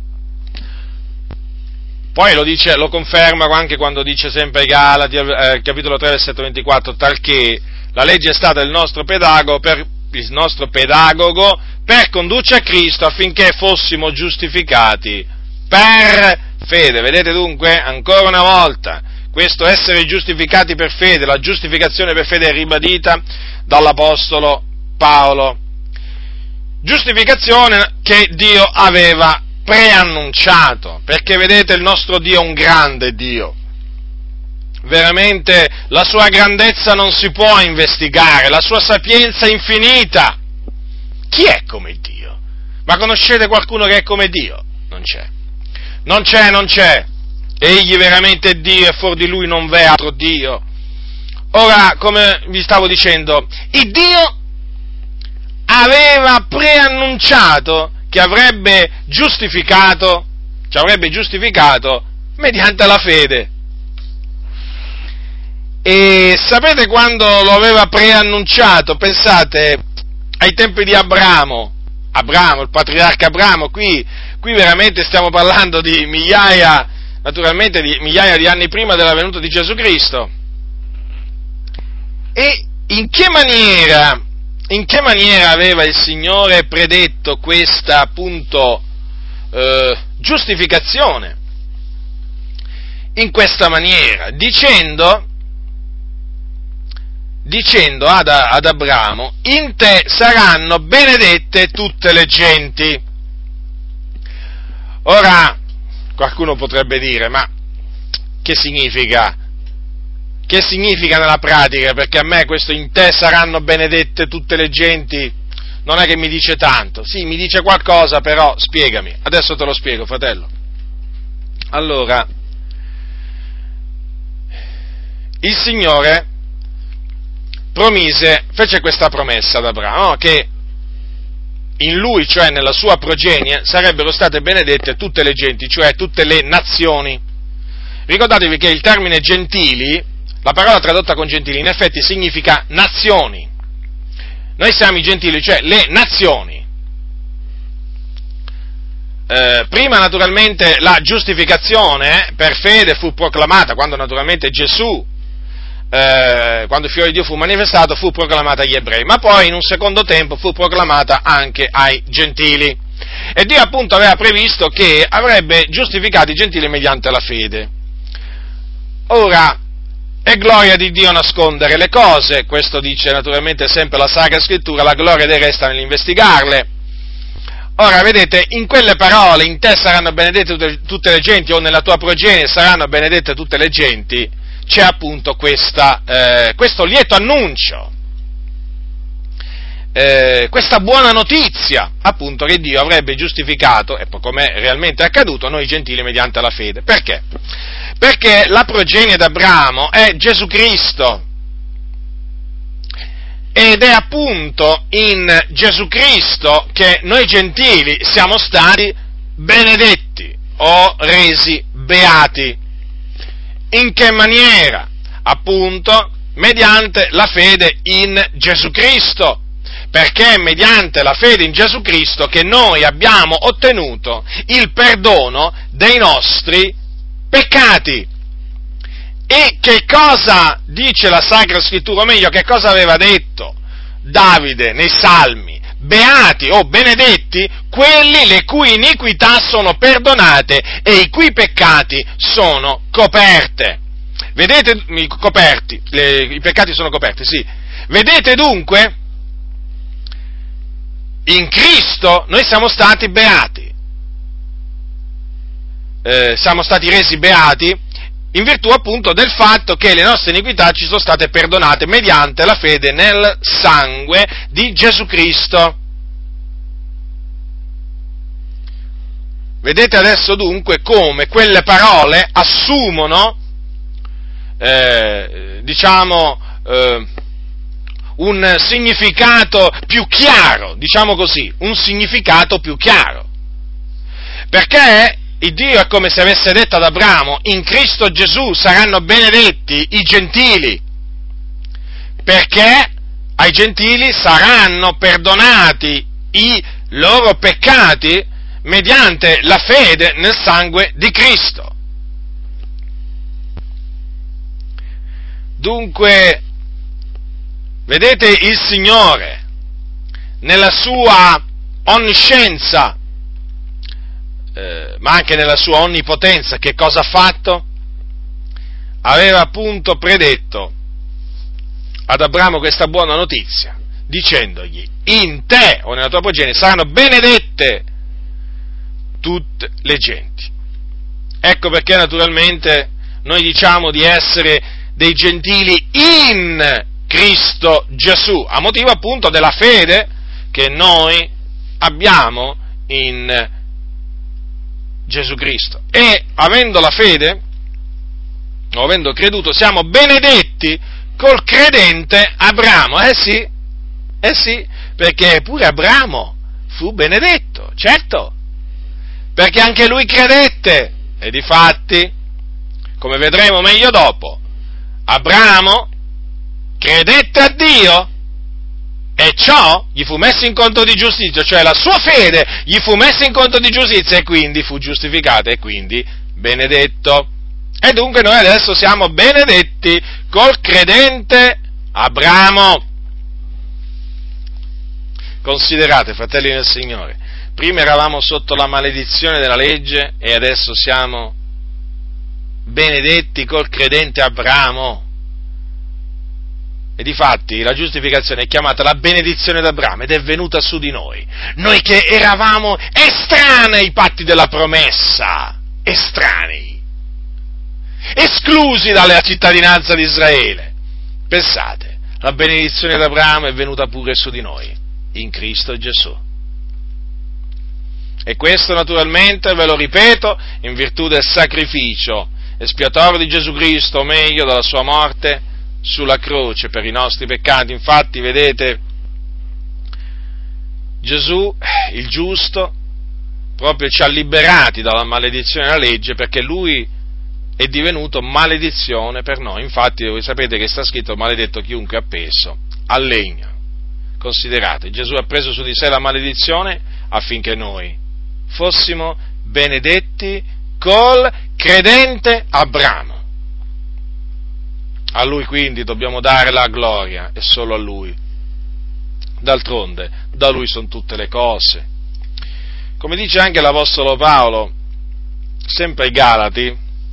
Poi lo dice, lo conferma anche quando dice sempre ai Galati, eh, capitolo tre, versetto ventiquattro, talché la legge è stata il nostro pedagogo per, il nostro pedagogo per condurci a Cristo affinché fossimo giustificati per fede. Vedete dunque, ancora una volta, questo essere giustificati per fede, la giustificazione per fede è ribadita dall'Apostolo Paolo. Giustificazione che Dio aveva preannunciato, perché vedete, il nostro Dio è un grande Dio. Veramente la sua grandezza non si può investigare, la sua sapienza è infinita. Chi è come Dio? Ma conoscete qualcuno che è come Dio? Non c'è. Non c'è, non c'è. Egli veramente è Dio e fuori di Lui non v'è altro Dio. Ora, come vi stavo dicendo, il Dio aveva preannunciato che avrebbe giustificato, ci avrebbe giustificato mediante la fede. E sapete quando lo aveva preannunciato? Pensate ai tempi di Abramo, Abramo, il patriarca Abramo, qui, qui veramente stiamo parlando di migliaia, naturalmente di migliaia di anni prima della venuta di Gesù Cristo. E in che maniera, in che maniera aveva il Signore predetto questa, appunto, eh, giustificazione? In questa maniera, dicendo, dicendo ad, ad Abramo: in te saranno benedette tutte le genti. Ora, qualcuno potrebbe dire: ma che significa? Che significa nella pratica? Perché a me questo "in te saranno benedette tutte le genti" non è che mi dice tanto. Sì, mi dice qualcosa, però spiegami. Adesso te lo spiego, fratello. Allora, il Signore promise, fece questa promessa ad Abramo, no? Che in lui, cioè nella sua progenie, sarebbero state benedette tutte le genti, cioè tutte le nazioni. Ricordatevi che il termine gentili, la parola tradotta con gentili, in effetti significa nazioni. Noi siamo i gentili, cioè le nazioni. Eh, prima naturalmente la giustificazione per fede fu proclamata, quando naturalmente Gesù, eh, quando il figlio di Dio fu manifestato, fu proclamata agli ebrei, ma poi in un secondo tempo fu proclamata anche ai gentili. E Dio appunto aveva previsto che avrebbe giustificato i gentili mediante la fede. Ora, è gloria di Dio nascondere le cose, questo dice naturalmente sempre la Sacra Scrittura, la gloria dei re sta nell'investigarle. Ora, vedete, in quelle parole, in te saranno benedette tutte le genti, o nella tua progenie saranno benedette tutte le genti, c'è appunto questa, eh, questo lieto annuncio, eh, questa buona notizia, appunto, che Dio avrebbe giustificato, e come è realmente accaduto, noi gentili mediante la fede. Perché? Perché la progenie d'Abramo è Gesù Cristo. Ed è appunto in Gesù Cristo che noi gentili siamo stati benedetti o resi beati. In che maniera? Appunto, mediante la fede in Gesù Cristo, perché è mediante la fede in Gesù Cristo che noi abbiamo ottenuto il perdono dei nostri peccati. E che cosa dice la Sacra Scrittura, o meglio, che cosa aveva detto Davide nei Salmi? Beati o benedetti quelli le cui iniquità sono perdonate e i cui peccati sono coperte. Vedete, coperti, le, i peccati sono coperti, sì. Vedete dunque, in Cristo noi siamo stati beati, eh, siamo stati resi beati in virtù appunto del fatto che le nostre iniquità ci sono state perdonate mediante la fede nel sangue di Gesù Cristo. Vedete adesso dunque come quelle parole assumono, eh, diciamo, eh, un significato più chiaro, diciamo così, un significato più chiaro. Perché il Dio è come se avesse detto ad Abramo: in Cristo Gesù saranno benedetti i gentili, perché ai gentili saranno perdonati i loro peccati mediante la fede nel sangue di Cristo. Dunque, vedete, il Signore, nella sua onniscienza, Eh, ma anche nella sua onnipotenza, che cosa ha fatto? Aveva appunto predetto ad Abramo questa buona notizia, dicendogli: in te o nella tua progenie saranno benedette tutte le genti. Ecco perché naturalmente noi diciamo di essere dei gentili in Cristo Gesù, a motivo appunto della fede che noi abbiamo in Gesù Cristo. E avendo la fede, o avendo creduto, siamo benedetti col credente Abramo. Eh sì, eh sì, perché pure Abramo fu benedetto, certo, perché anche lui credette, e difatti, come vedremo meglio dopo, Abramo credette a Dio E ciò gli fu messo in conto di giustizia, cioè la sua fede gli fu messa in conto di giustizia e quindi fu giustificato e quindi benedetto. E dunque noi adesso siamo benedetti col credente Abramo. Considerate, fratelli del Signore, prima eravamo sotto la maledizione della legge e adesso siamo benedetti col credente Abramo. E difatti la giustificazione è chiamata la benedizione d'Abramo ed è venuta su di noi. Noi che eravamo estranei ai patti della promessa, estranei, esclusi dalla cittadinanza di Israele. Pensate, la benedizione d'Abramo è venuta pure su di noi, in Cristo Gesù. E questo naturalmente, ve lo ripeto, in virtù del sacrificio espiatorio di Gesù Cristo, o meglio, dalla sua morte sulla croce per i nostri peccati. Infatti, vedete, Gesù, il giusto, proprio ci ha liberati dalla maledizione della legge, perché Lui è divenuto maledizione per noi. Infatti, voi sapete che sta scritto: maledetto chiunque è appeso al legno. Considerate, Gesù ha preso su di sé la maledizione affinché noi fossimo benedetti col credente Abramo. A Lui quindi dobbiamo dare la gloria, e solo a Lui. D'altronde, da Lui sono tutte le cose. Come dice anche l'Apostolo Paolo, sempre ai Galati,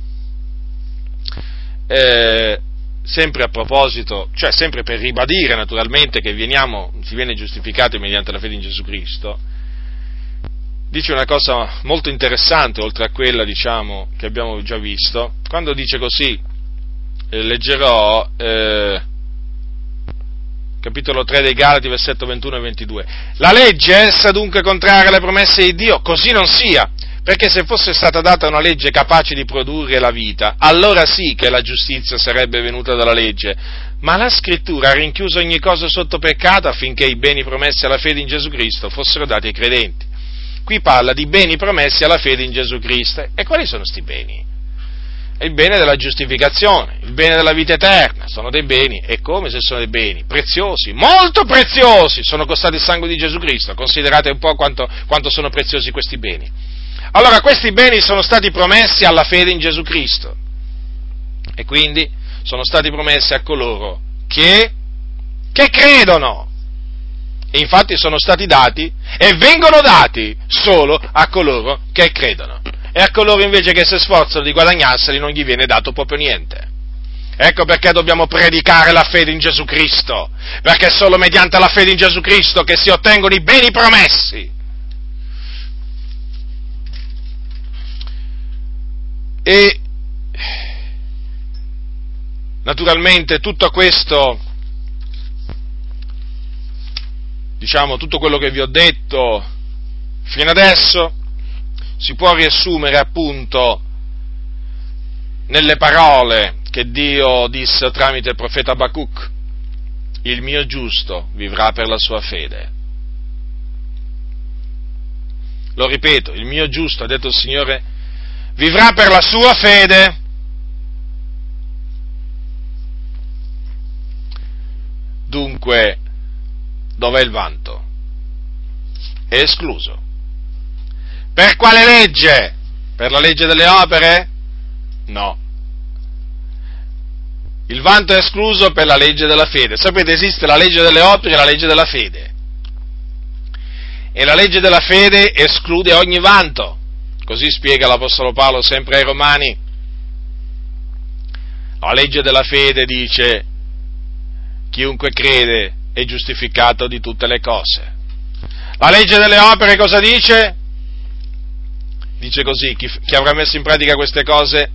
eh, sempre a proposito, cioè sempre per ribadire naturalmente che veniamo, si viene giustificati mediante la fede in Gesù Cristo, dice una cosa molto interessante, oltre a quella, diciamo, che abbiamo già visto, quando dice così, eh, leggerò eh, capitolo tre dei Galati, versetto ventuno e ventidue. La legge è essa dunque contraria alle promesse di Dio? Così non sia, perché se fosse stata data una legge capace di produrre la vita, allora sì che la giustizia sarebbe venuta dalla legge, ma la Scrittura ha rinchiuso ogni cosa sotto peccato affinché i beni promessi alla fede in Gesù Cristo fossero dati ai credenti. Qui parla di beni promessi alla fede in Gesù Cristo. E quali sono sti beni? È il bene della giustificazione, il bene della vita eterna, sono dei beni, e come se sono dei beni? Preziosi, molto preziosi, sono costati il sangue di Gesù Cristo, considerate un po' quanto, quanto sono preziosi questi beni. Allora, questi beni sono stati promessi alla fede in Gesù Cristo, e quindi sono stati promessi a coloro che, che credono, e infatti sono stati dati, e vengono dati solo a coloro che credono. E a coloro invece che si sforzano di guadagnarseli non gli viene dato proprio niente. Ecco perché dobbiamo predicare la fede in Gesù Cristo, perché è solo mediante la fede in Gesù Cristo che si ottengono i beni promessi. E naturalmente tutto questo, diciamo, tutto quello che vi ho detto fino adesso si può riassumere appunto nelle parole che Dio disse tramite il profeta Abacuc: il mio giusto vivrà per la sua fede. Lo ripeto, il mio giusto, ha detto il Signore, vivrà per la sua fede. Dunque, dov'è il vanto? È escluso. Per quale legge? Per la legge delle opere? No. Il vanto è escluso per la legge della fede. Sapete, esiste la legge delle opere e la legge della fede. E la legge della fede esclude ogni vanto. Così spiega l'Apostolo Paolo sempre ai Romani. La legge della fede dice: chiunque crede è giustificato di tutte le cose. La legge delle opere cosa dice? Dice così: chi, chi avrà messo in pratica queste cose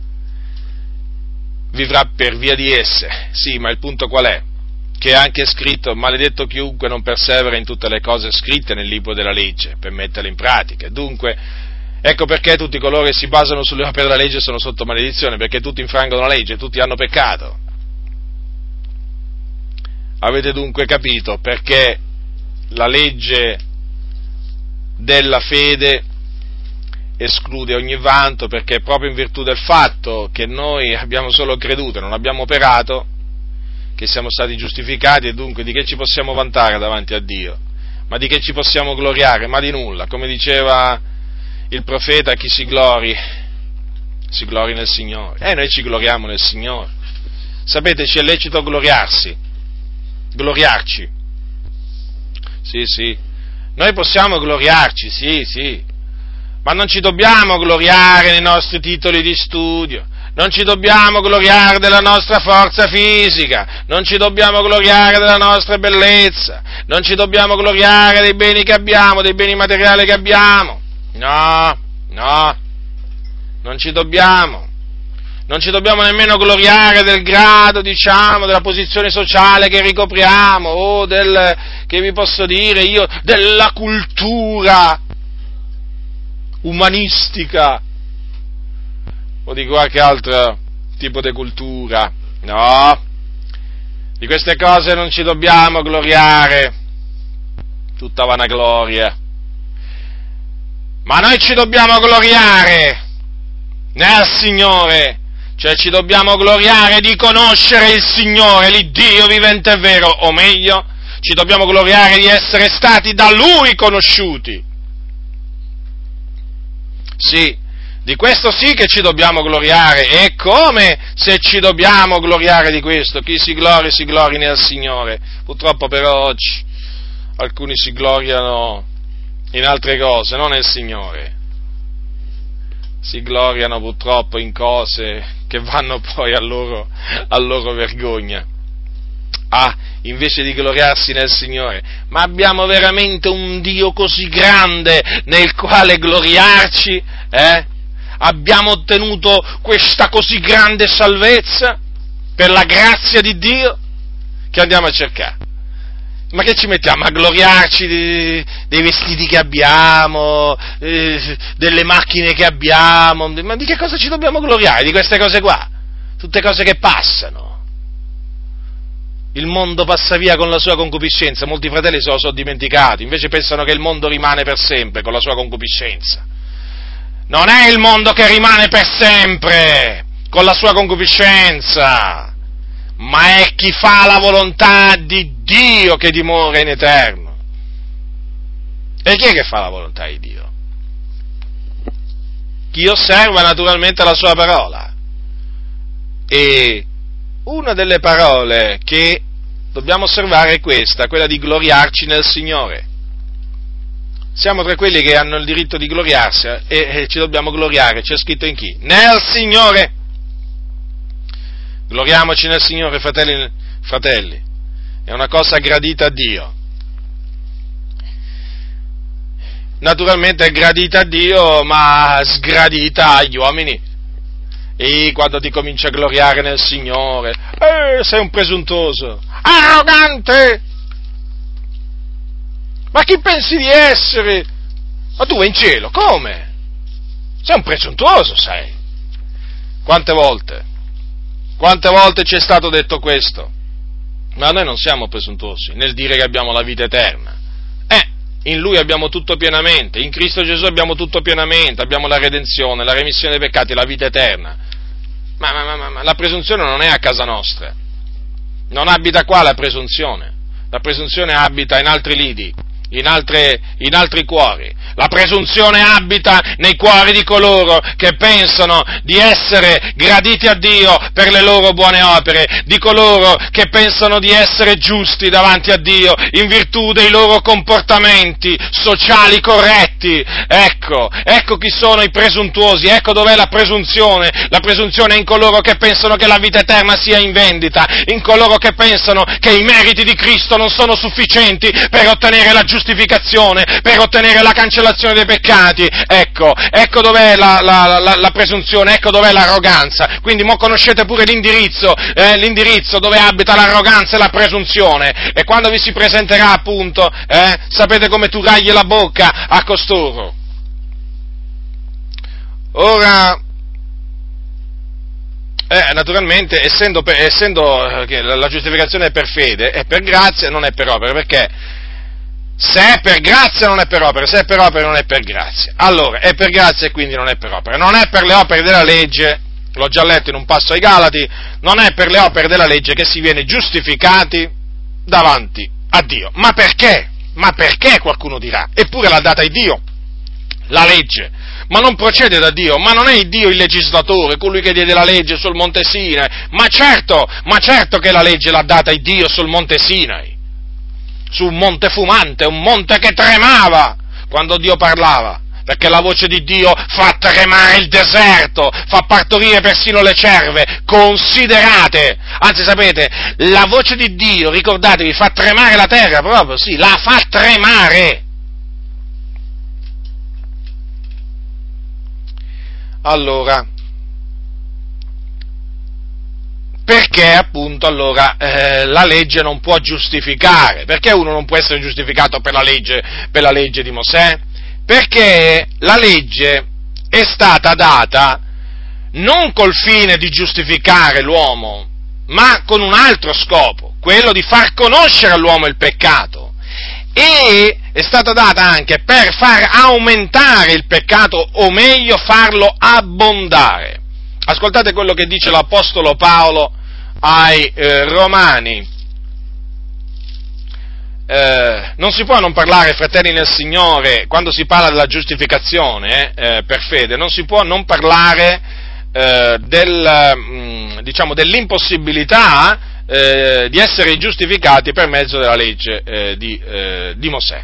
vivrà per via di esse. Sì, ma il punto qual è? Che è anche scritto: maledetto chiunque non persevera in tutte le cose scritte nel libro della legge per metterle in pratica. Dunque, ecco perché tutti coloro che si basano sulle opere della legge sono sotto maledizione, perché tutti infrangono la legge, tutti hanno peccato. Avete dunque capito perché la legge della fede esclude ogni vanto? Perché proprio in virtù del fatto che noi abbiamo solo creduto e non abbiamo operato, che siamo stati giustificati e dunque di che ci possiamo vantare davanti a Dio? Ma di che ci possiamo gloriare? Ma di nulla. Come diceva il profeta, chi si glori, si glori nel Signore. E noi ci gloriamo nel Signore. Sapete, ci è lecito gloriarsi, gloriarci. Sì, sì. Noi possiamo gloriarci, sì, sì. Ma non ci dobbiamo gloriare nei nostri titoli di studio. Non ci dobbiamo gloriare della nostra forza fisica, non ci dobbiamo gloriare della nostra bellezza, non ci dobbiamo gloriare dei beni che abbiamo, dei beni materiali che abbiamo. No, no, non ci dobbiamo. Non ci dobbiamo nemmeno gloriare del grado, diciamo, della posizione sociale che ricopriamo, o del, che vi posso dire io, della cultura umanistica, o di qualche altro tipo di cultura. No, di queste cose non ci dobbiamo gloriare, tutta vanagloria. Ma noi ci dobbiamo gloriare nel Signore, cioè ci dobbiamo gloriare di conoscere il Signore, l'Iddio vivente e vero, o meglio, ci dobbiamo gloriare di essere stati da Lui conosciuti. Sì, di questo sì che ci dobbiamo gloriare, e come se ci dobbiamo gloriare di questo? Chi si glori, si glori nel Signore. Purtroppo però oggi alcuni si gloriano in altre cose, non nel Signore. Si gloriano purtroppo in cose che vanno poi a loro, a loro vergogna. Ah, invece di gloriarsi nel Signore, ma abbiamo veramente un Dio così grande nel quale gloriarci, eh? Abbiamo ottenuto questa così grande salvezza per la grazia di Dio che andiamo a cercare. Ma che ci mettiamo a gloriarci dei, dei vestiti che abbiamo, eh, delle macchine che abbiamo? Ma di che cosa ci dobbiamo gloriare? Di queste cose qua? Tutte cose che passano. Il mondo passa via con la sua concupiscenza, molti fratelli se lo sono dimenticati, invece pensano che il mondo rimane per sempre con la sua concupiscenza. Non è il mondo che rimane per sempre con la sua concupiscenza, ma è chi fa la volontà di Dio che dimora in eterno. E chi è che fa la volontà di Dio? Chi osserva naturalmente la sua parola. E una delle parole che dobbiamo osservare è questa, quella di gloriarci nel Signore. Siamo tra quelli che hanno il diritto di gloriarsi e, e ci dobbiamo gloriare, c'è scritto in chi? Nel Signore! Gloriamoci nel Signore, fratelli, fratelli, è una cosa gradita a Dio. Naturalmente è gradita a Dio, ma sgradita agli uomini. E quando ti cominci a gloriare nel Signore, eh, sei un presuntuoso, arrogante! Ma chi pensi di essere? Ma tu vai in cielo, come? Sei un presuntuoso, sei. Quante volte? Quante volte ci è stato detto questo? Ma noi non siamo presuntuosi nel dire che abbiamo la vita eterna. Eh, in Lui abbiamo tutto pienamente, in Cristo Gesù abbiamo tutto pienamente, abbiamo la redenzione, la remissione dei peccati, la vita eterna. Ma, ma, ma, ma la presunzione non è a casa nostra. Non abita qua la presunzione. La presunzione abita in altri lidi, in, altre, in altri cuori. La presunzione abita nei cuori di coloro che pensano di essere graditi a Dio per le loro buone opere, di coloro che pensano di essere giusti davanti a Dio in virtù dei loro comportamenti sociali corretti. Ecco, ecco chi sono i presuntuosi, ecco dov'è la presunzione. La presunzione è in coloro che pensano che la vita eterna sia in vendita, in coloro che pensano che i meriti di Cristo non sono sufficienti per ottenere la giustificazione, per ottenere la cancellazione dei peccati. Ecco, ecco dov'è la, la, la, la presunzione, ecco dov'è l'arroganza. Quindi mo conoscete pure l'indirizzo, eh, l'indirizzo dove abita l'arroganza e la presunzione, e quando vi si presenterà appunto, eh, sapete come turargli la bocca a costoro. Ora, eh, naturalmente, essendo, per, essendo che la giustificazione è per fede, è per grazia, non è per opere, perché se è per grazia non è per opere, se è per opere non è per grazia. Allora, è per grazia e quindi non è per opere. Non è per le opere della legge, l'ho già letto in un passo ai Galati, non è per le opere della legge che si viene giustificati davanti a Dio. Ma perché? Ma perché, qualcuno dirà? Eppure l'ha data Dio, la legge. Ma non procede da Dio, ma non è Dio il legislatore, colui che diede la legge sul Monte Sinai. Ma certo, ma certo che la legge l'ha data Dio sul Monte Sinai, su un monte fumante, un monte che tremava quando Dio parlava, perché la voce di Dio fa tremare il deserto, fa partorire persino le cerve. Considerate, anzi sapete, la voce di Dio, ricordatevi, fa tremare la terra, proprio, sì, la fa tremare. Allora, perché appunto allora eh, la legge non può giustificare? Perché uno non può essere giustificato per la legge, per la legge di Mosè? Perché la legge è stata data non col fine di giustificare l'uomo, ma con un altro scopo, quello di far conoscere all'uomo il peccato. E è stata data anche per far aumentare il peccato, o meglio farlo abbondare. Ascoltate quello che dice l'Apostolo Paolo ai eh, Romani. Eh, non si può non parlare, fratelli nel Signore, quando si parla della giustificazione eh, per fede, non si può non parlare eh, del, mh, diciamo, dell'impossibilità eh, di essere giustificati per mezzo della legge eh, di, eh, di Mosè.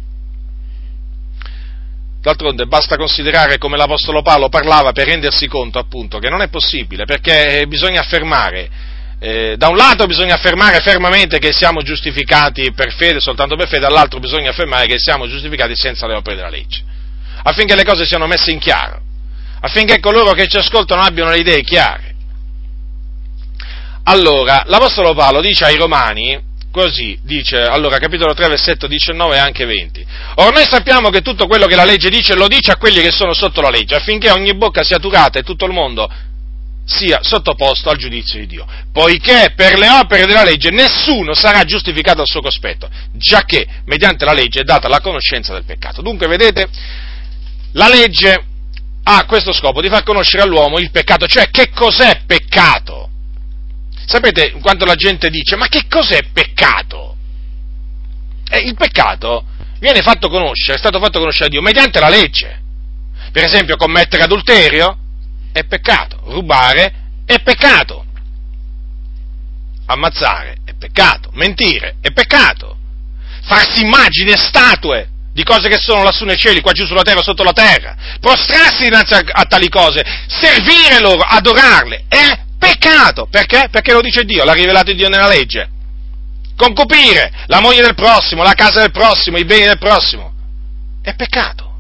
D'altronde basta considerare come l'Apostolo Paolo parlava per rendersi conto appunto che non è possibile, perché bisogna affermare, eh, da un lato bisogna affermare fermamente che siamo giustificati per fede, soltanto per fede, dall'altro bisogna affermare che siamo giustificati senza le opere della legge, affinché le cose siano messe in chiaro, affinché coloro che ci ascoltano abbiano le idee chiare. Allora, l'Apostolo Paolo dice ai Romani, così, dice, allora, capitolo tre, versetto diciannove e anche venti. Or noi sappiamo che tutto quello che la legge dice, lo dice a quelli che sono sotto la legge, affinché ogni bocca sia turata e tutto il mondo sia sottoposto al giudizio di Dio. Poiché per le opere della legge nessuno sarà giustificato al suo cospetto, giacché mediante la legge è data la conoscenza del peccato. Dunque, vedete, la legge ha questo scopo di far conoscere all'uomo il peccato, cioè che cos'è peccato. Sapete quando la gente dice, ma che cos'è peccato? Eh, il peccato viene fatto conoscere, è stato fatto conoscere a Dio mediante la legge. Per esempio, commettere adulterio è peccato, rubare è peccato, ammazzare è peccato, mentire è peccato, farsi immagini e statue di cose che sono lassù nei cieli, qua giù sulla terra, sotto la terra, prostrarsi dinanzi a, a tali cose, servire loro, adorarle, è peccato. Perché? Perché lo dice Dio, l'ha rivelato Dio nella legge. Concupire la moglie del prossimo, la casa del prossimo, i beni del prossimo, è peccato.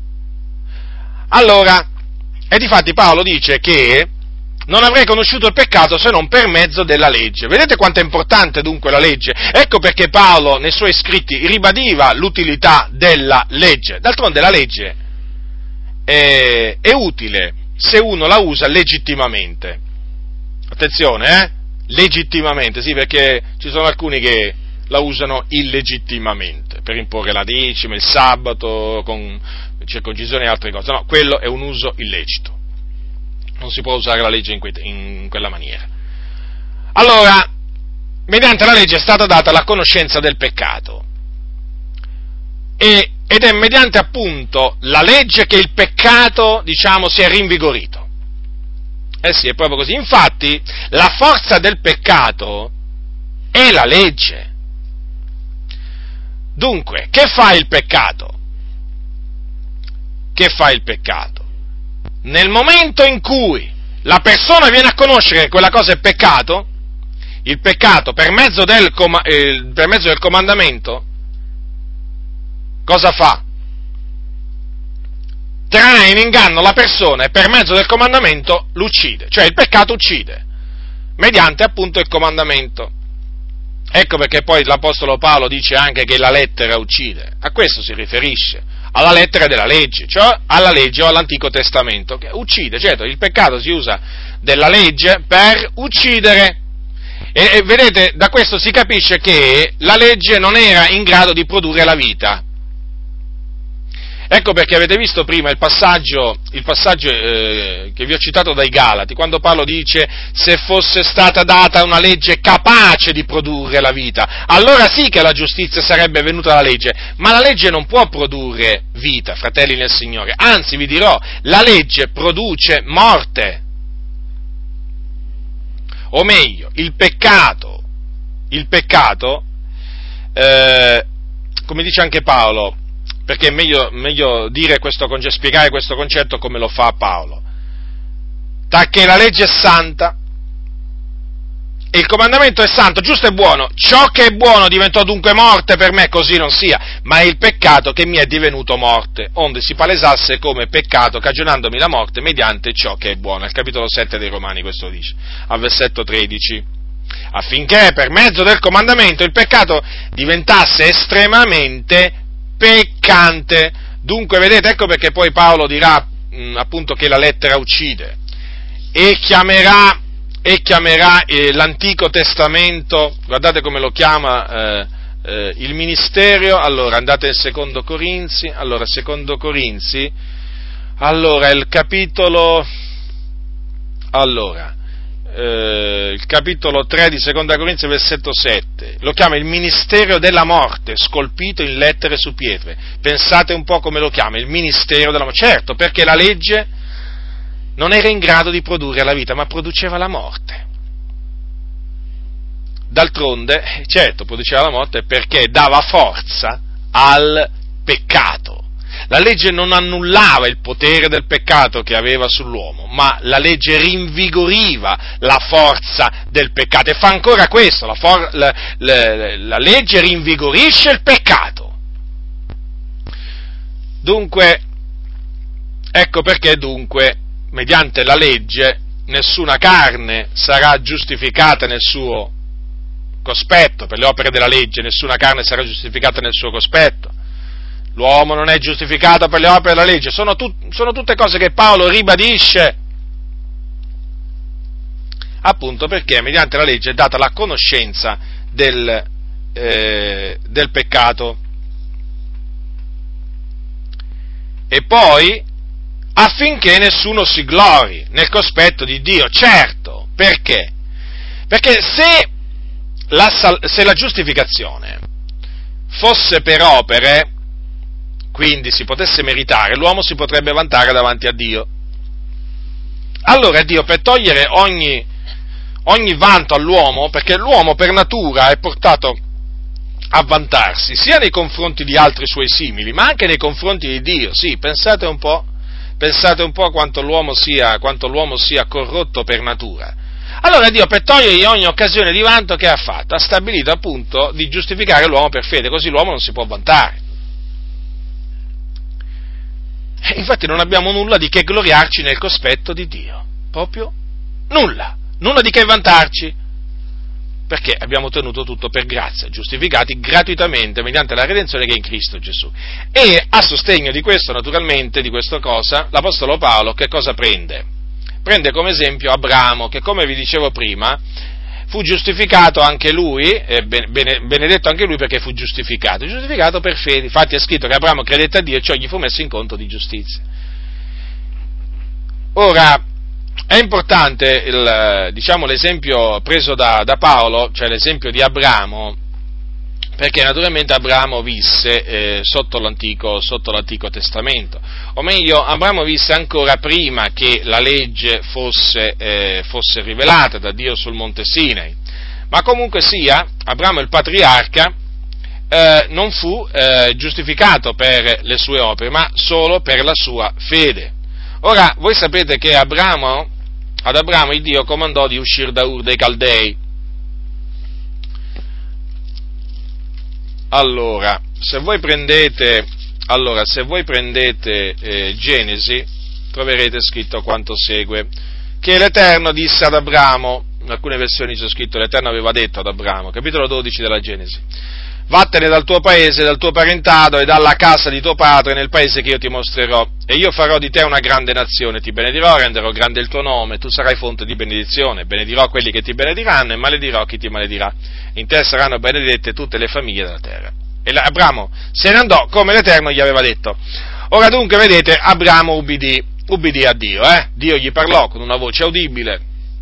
Allora, e difatti Paolo dice che non avrei conosciuto il peccato se non per mezzo della legge. Vedete quanto è importante dunque la legge? Ecco perché Paolo nei suoi scritti ribadiva l'utilità della legge. D'altronde la legge è, è utile se uno la usa legittimamente. Attenzione, eh? Legittimamente, sì, perché ci sono alcuni che la usano illegittimamente, per imporre la decima, il sabato, con circoncisione e altre cose. No, quello è un uso illecito. Non si può usare la legge in, que- in quella maniera. Allora, mediante la legge è stata data la conoscenza del peccato. E, ed è mediante appunto la legge che il peccato, diciamo, si è rinvigorito. Eh sì, è proprio così. Infatti, la forza del peccato è la legge. Dunque, che fa il peccato? Che fa il peccato? Nel momento in cui la persona viene a conoscere che quella cosa è peccato, il peccato per mezzo del, com- eh, per mezzo del comandamento, cosa fa? Trae in inganno la persona e per mezzo del comandamento l'uccide, cioè il peccato uccide, mediante appunto il comandamento. Ecco perché poi l'Apostolo Paolo dice anche che la lettera uccide, a questo si riferisce, alla lettera della legge, cioè alla legge o all'Antico Testamento, che uccide, certo, il peccato si usa della legge per uccidere, e, e vedete, da questo si capisce che la legge non era in grado di produrre la vita. Ecco perché avete visto prima il passaggio, il passaggio eh, che vi ho citato dai Galati, quando Paolo dice se fosse stata data una legge capace di produrre la vita, allora sì che la giustizia sarebbe venuta dalla legge, ma la legge non può produrre vita, fratelli nel Signore, anzi vi dirò, la legge produce morte, o meglio, il peccato, il peccato, eh, come dice anche Paolo, perché è meglio, meglio dire questo, spiegare questo concetto come lo fa Paolo. Tacché la legge è santa, e il comandamento è santo, giusto e buono, ciò che è buono diventò dunque morte per me, così non sia, ma è il peccato che mi è divenuto morte, onde si palesasse come peccato, cagionandomi la morte mediante ciò che è buono. Al capitolo sette dei Romani questo dice, al versetto tredici. Affinché per mezzo del comandamento il peccato diventasse estremamente peccante. Dunque, vedete, ecco perché poi Paolo dirà mh, appunto che la lettera uccide e chiamerà, e chiamerà eh, l'Antico Testamento, guardate come lo chiama eh, eh, il ministero. Allora andate in secondo Corinzi, allora secondo Corinzi, allora il capitolo, allora Eh, il capitolo tre di seconda Corinzi, versetto sette, lo chiama il ministero della morte, scolpito in lettere su pietre. Pensate un po' come lo chiama, il ministero della morte. Certo, perché la legge non era in grado di produrre la vita, ma produceva la morte. D'altronde, certo, produceva la morte perché dava forza al peccato. La legge non annullava il potere del peccato che aveva sull'uomo, ma la legge rinvigoriva la forza del peccato, e fa ancora questo, la, for- la, la, la legge rinvigorisce il peccato. Dunque, ecco perché dunque, mediante la legge, nessuna carne sarà giustificata nel suo cospetto, per le opere della legge, nessuna carne sarà giustificata nel suo cospetto. L'uomo non è giustificato per le opere della legge, sono, tut- sono tutte cose che Paolo ribadisce, appunto perché mediante la legge è data la conoscenza del, eh, del peccato. E poi, affinché nessuno si glori nel cospetto di Dio, certo, perché? Perché se la, se la giustificazione fosse per opere, quindi si potesse meritare, l'uomo si potrebbe vantare davanti a Dio. Allora Dio, per togliere ogni, ogni vanto all'uomo, perché l'uomo per natura è portato a vantarsi, sia nei confronti di altri suoi simili, ma anche nei confronti di Dio. Sì, pensate un po', pensate un po' quanto l'uomo sia, quanto l'uomo sia corrotto per natura. Allora Dio, per togliergli ogni occasione di vanto, che ha fatto? Ha stabilito appunto di giustificare l'uomo per fede, così l'uomo non si può vantare. Infatti non abbiamo nulla di che gloriarci nel cospetto di Dio, proprio nulla, nulla di che vantarci, perché abbiamo ottenuto tutto per grazia, giustificati gratuitamente mediante la redenzione che è in Cristo Gesù. E a sostegno di questo, naturalmente, di questa cosa, l'Apostolo Paolo che cosa prende? Prende come esempio Abramo, che, come vi dicevo prima, fu giustificato anche lui, eh, benedetto anche lui perché fu giustificato, giustificato per fede. Infatti è scritto che Abramo credette a Dio e ciò gli fu messo in conto di giustizia. Ora, è importante il, diciamo, l'esempio preso da, da Paolo, cioè l'esempio di Abramo, perché naturalmente Abramo visse eh, sotto, l'antico, sotto l'Antico Testamento, o meglio, Abramo visse ancora prima che la legge fosse, eh, fosse rivelata da Dio sul Monte Sinai, ma comunque sia, Abramo il patriarca eh, non fu eh, giustificato per le sue opere, ma solo per la sua fede. Ora, voi sapete che Abramo, ad Abramo il Dio comandò di uscire da Ur dei Caldei. Allora, se voi prendete, allora, se voi prendete eh, Genesi, troverete scritto quanto segue, che l'Eterno disse ad Abramo, in alcune versioni c'è scritto l'Eterno aveva detto ad Abramo, capitolo dodici della Genesi: vattene dal tuo paese, dal tuo parentado e dalla casa di tuo padre nel paese che io ti mostrerò, e io farò di te una grande nazione, ti benedirò, renderò grande il tuo nome, tu sarai fonte di benedizione, benedirò quelli che ti benediranno e maledirò chi ti maledirà. In te saranno benedette tutte le famiglie della terra. E Abramo se ne andò come l'Eterno gli aveva detto. Ora dunque, vedete, Abramo ubbidì, ubbidì a Dio, eh? Dio gli parlò con una voce udibile,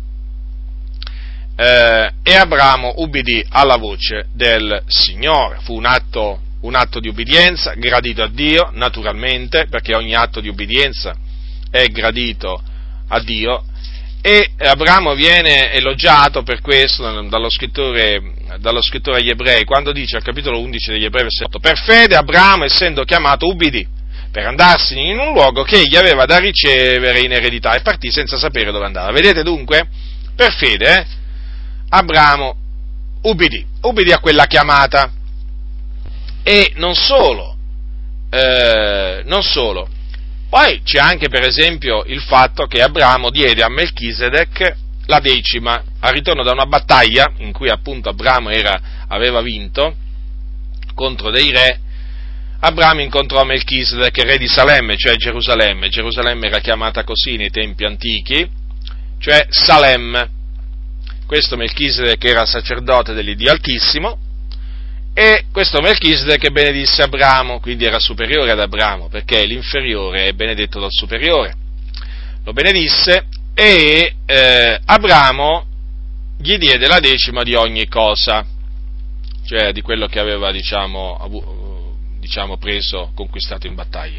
eh, e Abramo ubbidì alla voce del Signore. Fu un atto, un atto di ubbidienza, gradito a Dio, naturalmente, perché ogni atto di ubbidienza è gradito a Dio, e Abramo viene elogiato per questo dallo scrittore, dallo scrittore agli Ebrei, quando dice al capitolo undici degli Ebrei, versetto: per fede Abramo, essendo chiamato, ubbidì, per andarsene in un luogo che egli aveva da ricevere in eredità, e partì senza sapere dove andava. Vedete dunque? Per fede, eh? Abramo ubbidì, ubbidì a quella chiamata, e non solo, eh, non solo, poi c'è anche per esempio il fatto che Abramo diede a Melchisedec la decima, al ritorno da una battaglia in cui appunto Abramo era, aveva vinto contro dei re. Abramo incontrò Melchisedec, re di Salemme, cioè Gerusalemme. Gerusalemme era chiamata così nei tempi antichi, cioè Salemme. Questo Melchisedec era sacerdote dell'Iddio Altissimo, e questo Melchisedec benedisse Abramo, quindi era superiore ad Abramo, perché l'inferiore è benedetto dal superiore. Lo benedisse, e eh, Abramo gli diede la decima di ogni cosa, cioè di quello che aveva, diciamo, avu, diciamo preso, conquistato in battaglia.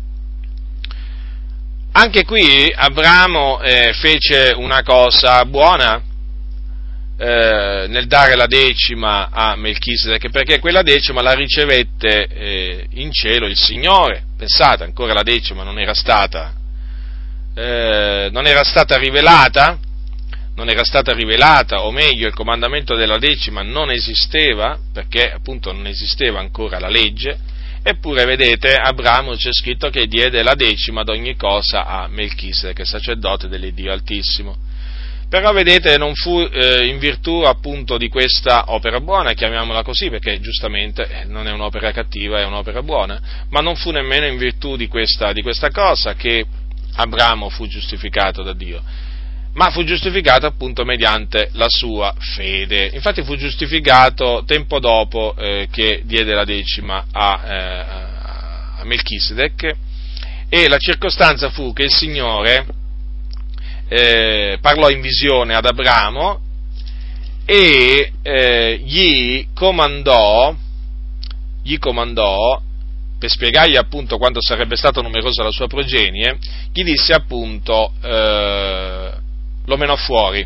Anche qui Abramo eh, fece una cosa buona eh, nel dare la decima a Melchisedec, perché quella decima la ricevette eh, in cielo il Signore. Pensate, ancora la decima non era stata eh, non era stata rivelata, non era stata rivelata, o meglio, il comandamento della decima non esisteva, perché appunto non esisteva ancora la legge. Eppure, vedete, Abramo, c'è scritto che diede la decima ad ogni cosa a Melchisedec, sacerdote dell'Iddio Altissimo. Però, vedete, non fu eh, in virtù appunto di questa opera buona, chiamiamola così, perché giustamente eh, non è un'opera cattiva, è un'opera buona, ma non fu nemmeno in virtù di questa, di questa cosa che Abramo fu giustificato da Dio, ma fu giustificato appunto mediante la sua fede. Infatti fu giustificato tempo dopo eh, che diede la decima a, eh, a Melchisedec, e la circostanza fu che il Signore eh, parlò in visione ad Abramo e eh, gli comandò, gli comandò, per spiegargli appunto quanto sarebbe stata numerosa la sua progenie, gli disse appunto, eh, lo menò fuori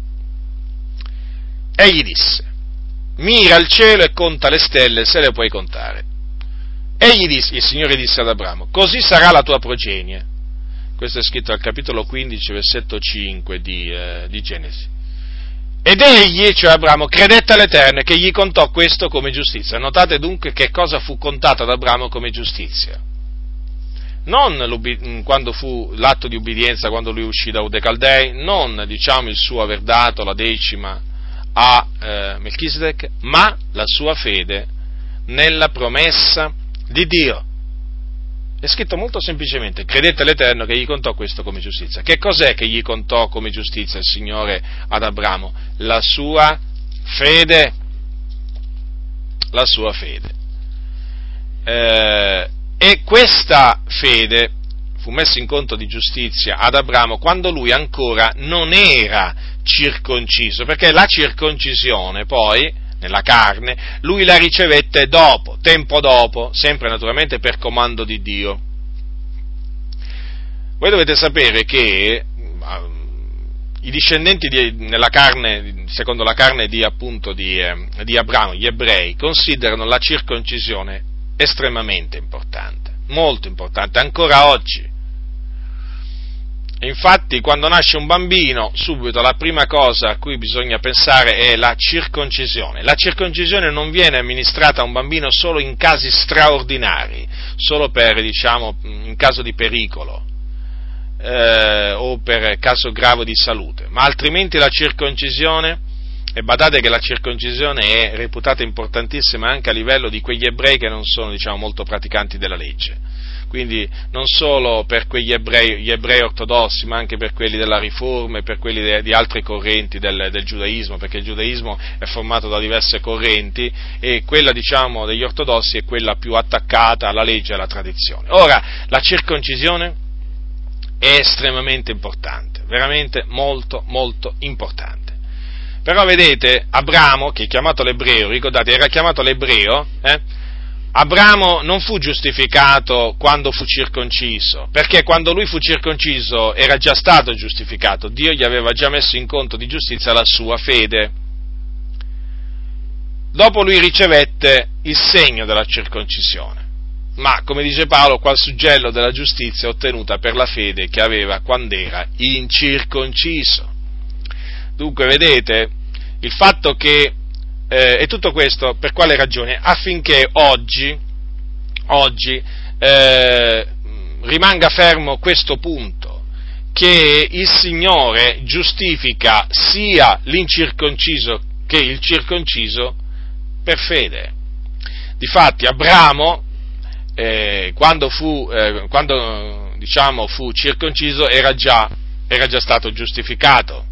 e gli disse: mira al cielo e conta le stelle, se le puoi contare. E gli disse, il Signore disse ad Abramo: così sarà la tua progenie. Questo è scritto al capitolo quindici, versetto cinque di, eh, di Genesi. Ed egli, cioè Abramo, credette all'Eterno, che gli contò questo come giustizia. Notate dunque che cosa fu contato ad Abramo come giustizia. Non quando fu l'atto di ubbidienza, quando lui uscì da Ur dei Caldei, non, diciamo, il suo aver dato la decima a eh, Melchisedec, ma la sua fede nella promessa di Dio. È scritto molto semplicemente: credette all'Eterno che gli contò questo come giustizia. Che cos'è che gli contò come giustizia il Signore ad Abramo? La sua fede. La sua fede. Eh, e questa fede fu messa in conto di giustizia ad Abramo quando lui ancora non era circonciso, perché la circoncisione poi, nella carne, lui la ricevette dopo, tempo dopo, sempre naturalmente per comando di Dio. Voi dovete sapere che uh, i discendenti di, nella carne, secondo la carne di appunto di, eh, di Abramo, gli ebrei, considerano la circoncisione estremamente importante, molto importante, ancora oggi. Infatti, quando nasce un bambino, subito la prima cosa a cui bisogna pensare è la circoncisione. La circoncisione non viene amministrata a un bambino solo in casi straordinari, solo per, diciamo, in caso di pericolo eh, o per caso grave di salute, ma altrimenti la circoncisione, e badate che la circoncisione è reputata importantissima anche a livello di quegli ebrei che non sono, diciamo, molto praticanti della legge. quindi non solo per quegli ebrei, gli ebrei ortodossi, ma anche per quelli della Riforma e per quelli de, di altre correnti del, del giudaismo, perché il giudaismo è formato da diverse correnti e quella, diciamo, degli ortodossi è quella più attaccata alla legge e alla tradizione. Ora, la circoncisione è estremamente importante, veramente molto, molto importante. Però vedete, Abramo, che è chiamato l'ebreo, ricordate, era chiamato l'ebreo, eh? Abramo non fu giustificato quando fu circonciso, perché quando lui fu circonciso era già stato giustificato, Dio gli aveva già messo in conto di giustizia la sua fede. Dopo lui ricevette il segno della circoncisione, ma come dice Paolo, qual suggello della giustizia ottenuta per la fede che aveva quando era incirconciso. Dunque, vedete, il fatto che, eh, e tutto questo per quale ragione? Affinché oggi, oggi eh, rimanga fermo questo punto, che il Signore giustifica sia l'incirconciso che il circonciso per fede. Difatti Abramo, eh, quando fu, eh, quando, diciamo, fu circonciso, era già, era già stato giustificato.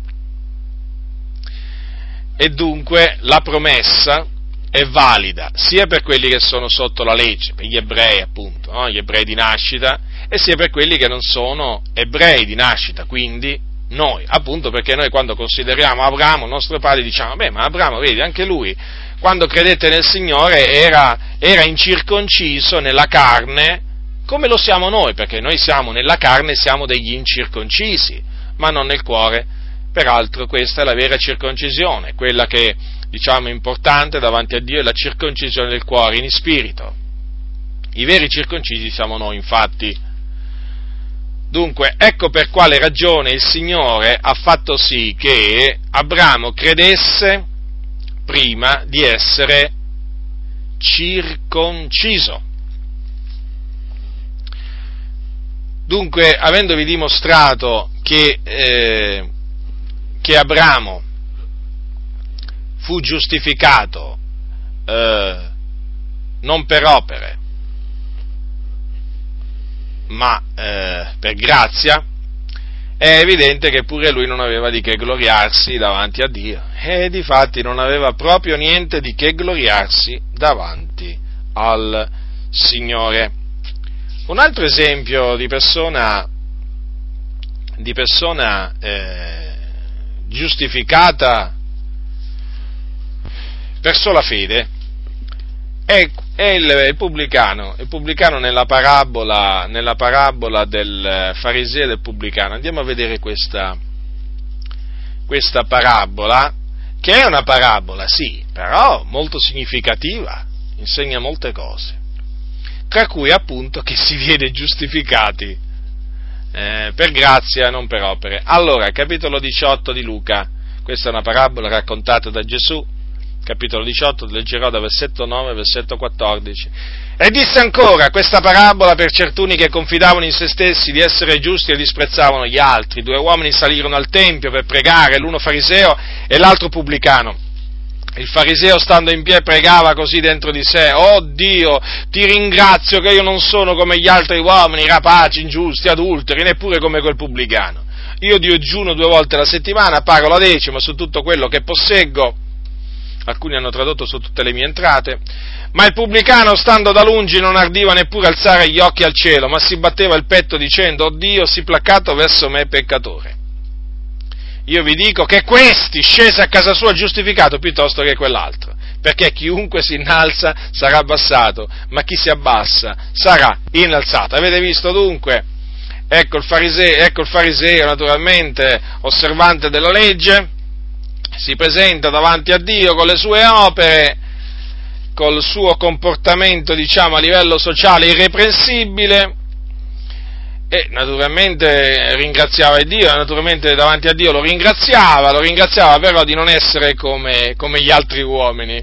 E dunque la promessa è valida sia per quelli che sono sotto la legge, per gli ebrei appunto, no? Gli ebrei di nascita, e sia per quelli che non sono ebrei di nascita, quindi noi, appunto perché noi quando consideriamo Abramo, nostro padre, diciamo, beh, ma Abramo, vedi, anche lui, quando credette nel Signore, era, era incirconciso nella carne, come lo siamo noi, perché noi siamo nella carne, siamo degli incirconcisi, ma non nel cuore. Peraltro questa è la vera circoncisione, quella che, diciamo, è importante davanti a Dio, è la circoncisione del cuore in spirito. I veri circoncisi siamo noi, infatti. Dunque, ecco per quale ragione il Signore ha fatto sì che Abramo credesse prima di essere circonciso. Dunque, avendovi dimostrato che, eh, che Abramo fu giustificato eh, non per opere, ma eh, per grazia, è evidente che pure lui non aveva di che gloriarsi davanti a Dio, e difatti non aveva proprio niente di che gloriarsi davanti al Signore. Un altro esempio di persona, di persona eh, giustificata per sola fede è, è il, il pubblicano, il pubblicano nella parabola, nella parabola del fariseo e del pubblicano. Andiamo a vedere questa, questa parabola, che è una parabola, sì, però molto significativa, insegna molte cose, tra cui appunto che si viene giustificati eh, per grazia, non per opere. Allora, capitolo diciotto di Luca, questa è una parabola raccontata da Gesù, capitolo diciotto, leggerò da versetto nove a versetto quattordici. E disse ancora: questa parabola per certuni che confidavano in se stessi di essere giusti e disprezzavano gli altri. Due uomini salirono al tempio per pregare, l'uno fariseo e l'altro pubblicano. Il fariseo, stando in piedi, pregava così dentro di sé: «Oh Dio, ti ringrazio che io non sono come gli altri uomini, rapaci, ingiusti, adulteri, neppure come quel pubblicano. Io digiuno due volte alla settimana, pago la decima su tutto quello che posseggo». Alcuni hanno tradotto su tutte le mie entrate. Ma il pubblicano, stando da lungi, non ardiva neppure alzare gli occhi al cielo, ma si batteva il petto dicendo: «Oh Dio, sii placato verso me peccatore». Io vi dico che questi scese a casa sua giustificato piuttosto che quell'altro, perché chiunque si innalza sarà abbassato, ma chi si abbassa sarà innalzato. Avete visto dunque? Ecco il fariseo, ecco il fariseo naturalmente osservante della legge, si presenta davanti a Dio con le sue opere, col suo comportamento, diciamo, a livello sociale irreprensibile, e naturalmente ringraziava Dio, naturalmente davanti a Dio lo ringraziava, lo ringraziava però di non essere come, come gli altri uomini,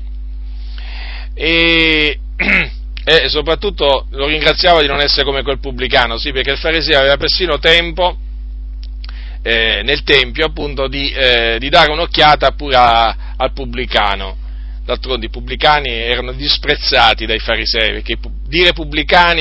e, e soprattutto lo ringraziava di non essere come quel pubblicano, sì, perché il fariseo aveva persino tempo eh, nel tempio appunto di, eh, di dare un'occhiata pure a, al pubblicano. D'altronde i pubblicani erano disprezzati dai farisei, perché dire pubblicani